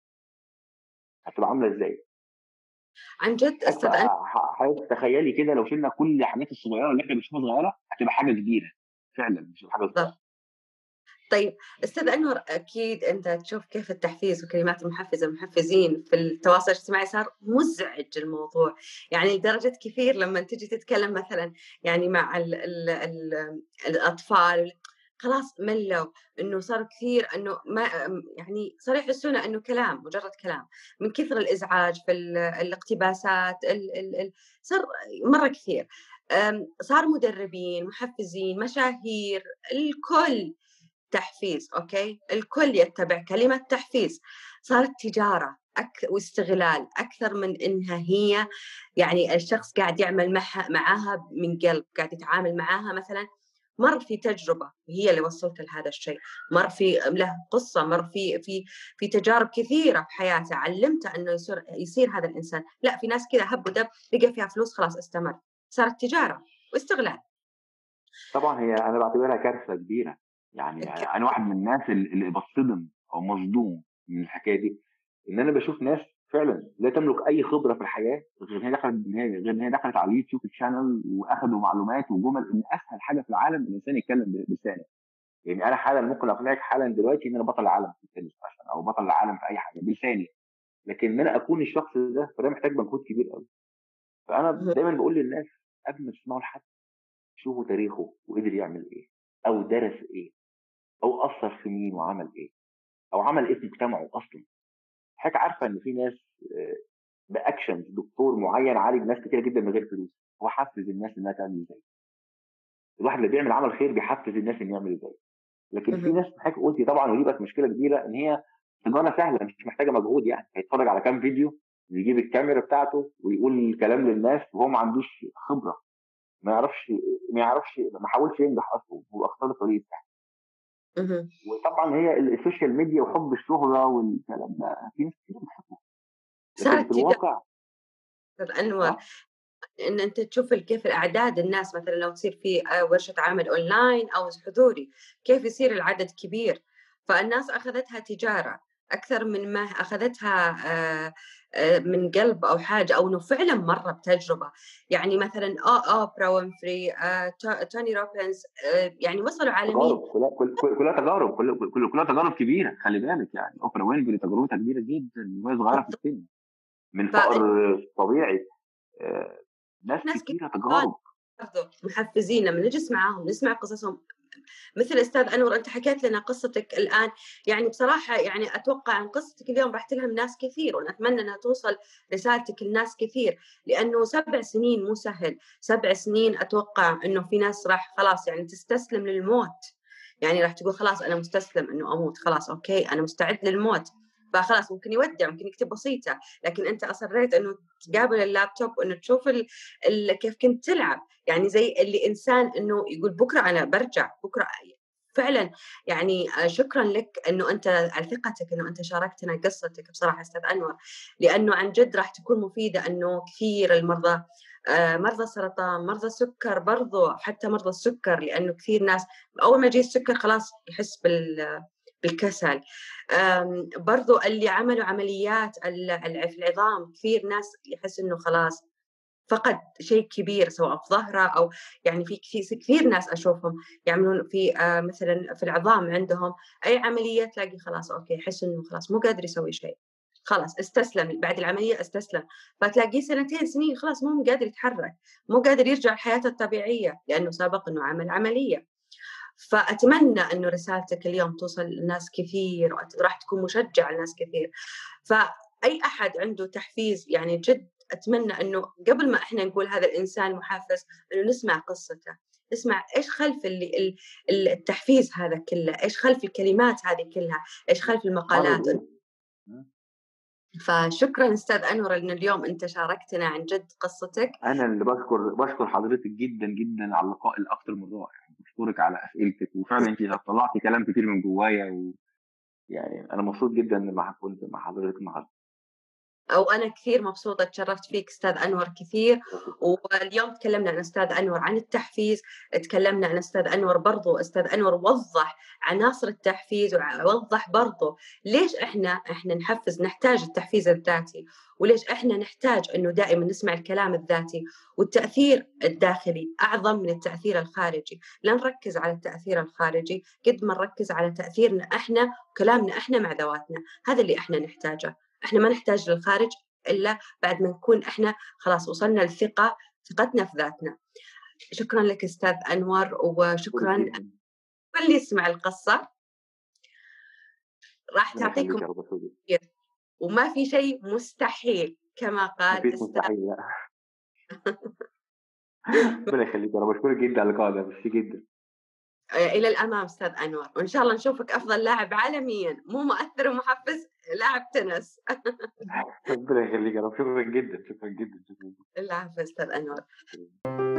هتبقى عاملة إزاي؟ عن جد أستاذ أنس حضرتك تخيلي كده لو شلنا كل الحاجات الصغيرة اللي إحنا بنشوفها صغيرة، هتبقى حاجة كبيرة فعلًا، مش حاجة صغيرة. بالضبط. طيب أستاذ أنور أكيد أنت تشوف كيف التحفيز وكلمات المحفزة والمحفزين في التواصل الاجتماعي صار مزعج الموضوع، يعني لدرجة كثير لمّا تيجي تتكلم مثلًا يعني مع الأطفال خلاص ملّوا، إنه صار كثير إنه ما يعني صاروا يحسونه إنه كلام مجرد كلام، من كثر الإزعاج في الاقتباسات ال صار مرّة كثير، صار مدربين، محفزين، مشاهير، الكل تحفيز، أوكي؟ الكل يتبع كلمة تحفيز، صارت تجارة واستغلال أكثر من إنها هي يعني الشخص قاعد يعمل معاها من قلب، قاعد يتعامل معاها مثلًا مَر في تجربة هي اللي وصّلته لهذا الشيء، مَر في له قصة، مَر في تجارب كثيرة بحياته علّمته إنه يصير هذا الإنسان، لأ في ناس كذا هب ودب لقى فيها فلوس خلاص استمر، صارت تجارة واستغلال. طبعًا أنا باعتبرها كارثة كبيرة. يعني ك أنا واحد من الناس اللي باتصدم أو مصدوم من الحكاية دي، إن أنا باشوف ناس فعلًا لا تملك أي خبرة في الحياة غير إن هي دخلت على اليوتيوب channel وأخدوا معلومات وجُمل، إن أسهل حاجة في العالم الإنسان يتكلم بلسانه. يعني أنا حالًا ممكن أقنعِك حالًا دلوقتي إن أنا بطل العالم في التنس مثلًا أو بطل العالم في أي حاجة بلساني، لكن إن أنا أكون الشخص ده، فده محتاج مجهود كبير أوي. فأنا اهم، دايمًا باقول للناس قبل ما تسمعوا لحد، شوفوا تاريخه وقدر يعمل إيه، أو درس إيه، أو أثّر في مين وعمل إيه، أو عمل إيه في مجتمعه أصلًا. حضرتك عارفة إن في ناس بactions دكتور معيّن عالج ناس كتيرة جدًا من غير فلوس، هو حفّز الناس إنها تعمل زيه. الواحد اللي بيعمل عمل خير بيحفّز الناس إنه يعملوا زيه. لكن في اهم. ناس حضرتِك قُلتِ طبعًا ودي بقت مشكلة كبيرة، إن هي تجارة سهلة مش محتاجة مجهود يعني، هيتفرّج على كام فيديو، ويجيب الكاميرا بتاعته ويقول كلام للناس وهو ما عندوش خبرة، ما حاولش ينجح أصلًا، هو اختار الطريق السهل. اهم. وطبعًا هي السوشيال ميديا وحُب الشهرة والكلام ده في ناس كتير بتحبه، لكن صارت في تجارة الواقع أستاذ أنور. آه، إن أنت تشوف كيف الأعداد الناس مثلًا لو تصير في ورشة عمل أونلاين أو حضوري، كيف يصير العدد كبير، فالناس أخذتها تجارة أكثر من ما أخذتها من قلب أو حاجة أو إنه فعلًا مرّة بتجربة. يعني مثلًا أوبرا وينفري توني روبنز يعني وصلوا تجارب عالميًا. كلّها تجارب، كلّها تجارب كبيرة، خلّي بالِك يعني أوبرا وينفري تجربتها كبيرة جدًا وهي صغيرة في السن، من فقر فأنت طبيعي. آآ ناس ناس كتير كتيرة تجارب. برضه محفزين لمّا نجلس معاهم نسمع قصصهم. مثل أستاذ أنور أنت حكيت لنا قصتك الآن، يعني بصراحة يعني أتوقع أن قصتك اليوم راح تلهم ناس كثير، وأتمنى أنها توصل رسالتك لناس كثير، لأنه 7 سنين مو سهل، 7 سنين أتوقع إنه في ناس راح خلاص يعني تستسلم للموت، يعني راح تقول خلاص أنا مستسلم إنه أموت، خلاص أوكي أنا مستعد للموت، فخلاص ممكن يودع، ممكن يكتب بسيطة، لكن أنت أصريت إنه تقابل اللابتوب وإنه تشوف كيف كنت تلعب، يعني زي اللي إنسان إنه يقول بكرة أنا بارجع، بكرة فعلًا يعني شكرًا لك إنه أنت على ثقتك إنه أنت شاركتنا قصتك بصراحة أستاذ أنور، لأنه عن جد راح تكون مفيدة إنه كثير المرضى مرضى السرطان، مرضى السكر برضه، حتى مرضى السكر لأنه كثير ناس أول ما ييجيه السكر خلاص يحس بالكسل. برضه اللي عملوا عمليات في العظام، كثير ناس يحس إنه خلاص فقد شيء كبير سواء في ظهره أو يعني في كثير ناس أشوفهم يعملون في مثلًا في العظام عندهم أي عملية تلاقي خلاص أوكي يحس إنه خلاص مو قادر يسوي شيء، خلاص استسلم بعد العملية استسلم، فتلاقيه سنتين سنين خلاص مو قادر يتحرك، مو قادر يرجع لحياته الطبيعية لأنه سبق إنه عمل عملية. فأتمنى إنه رسالتك اليوم توصل لناس كثير وراح تكون مشجعة لناس كثير. فأي أحد عنده تحفيز يعني جد أتمنى إنه قبل ما إحنا نقول هذا الإنسان محفز إنه نسمع قصته، نسمع إيش خلف التحفيز هذا كله، إيش خلف الكلمات هذه كلها، إيش خلف مَر المقالات. بإيه؟ إمم. فشكرًا أستاذ أنور إن اليوم أنت شاركتنا عن جد قصتك. أنا اللي باشكر حضرتِك جدًا، جدًا على اللقاء الأكتر من رائع، باشكرِك على أسئلتِك، وفعلًا أنتِ طلّعتِ كلام كتير من جوايا، ويعني أنا مبسوط جدًا كنت مع حضرتِك النهارده. وأنا كثير مبسوطة اتشرفت فيك أستاذ أنور كثير، واليوم تكلمنا عن أستاذ أنور عن التحفيز، تكلمنا عن أستاذ أنور برضو أستاذ أنور وضح عناصر التحفيز ووضح برضو ليش إحنا نحتاج التحفيز الذاتي، وليش إحنا نحتاج إنه دائما نسمع الكلام الذاتي، والتأثير الداخلي أعظم من التأثير الخارجي، لا نركز على التأثير الخارجي قد ما نركز على تأثيرنا إحنا وكلامنا إحنا مع ذواتنا، هذا اللي إحنا نحتاجه. إحنا ما نحتاج للخارج إلا بعد ما نكون إحنا خلاص وصلنا ثقتنا في ذاتنا. شكرًا لك أستاذ أنور، باشكرِك وشكرًا جدًا. واللي يسمع القصة راح ربنا تعطيكم يخليكِ يا رب يا صديقي. كثير، وما في شيء مستحيل كما ما قال فيش مستحيل لأ. ربنا يخليكِ، أنا باشكرِك جدًا على اللقاء ده، ميرسي جدًا. إلى الأمام أستاذ أنور، وإن شاء الله نشوفك أفضل لاعب عالميًا، مو مؤثر ومحفز، لاعب تنس. ربنا يخليكِ يا رب، شكرًا جدًا، شكرًا جدًا، شكرًا العفو أستاذ أنور. جدًا.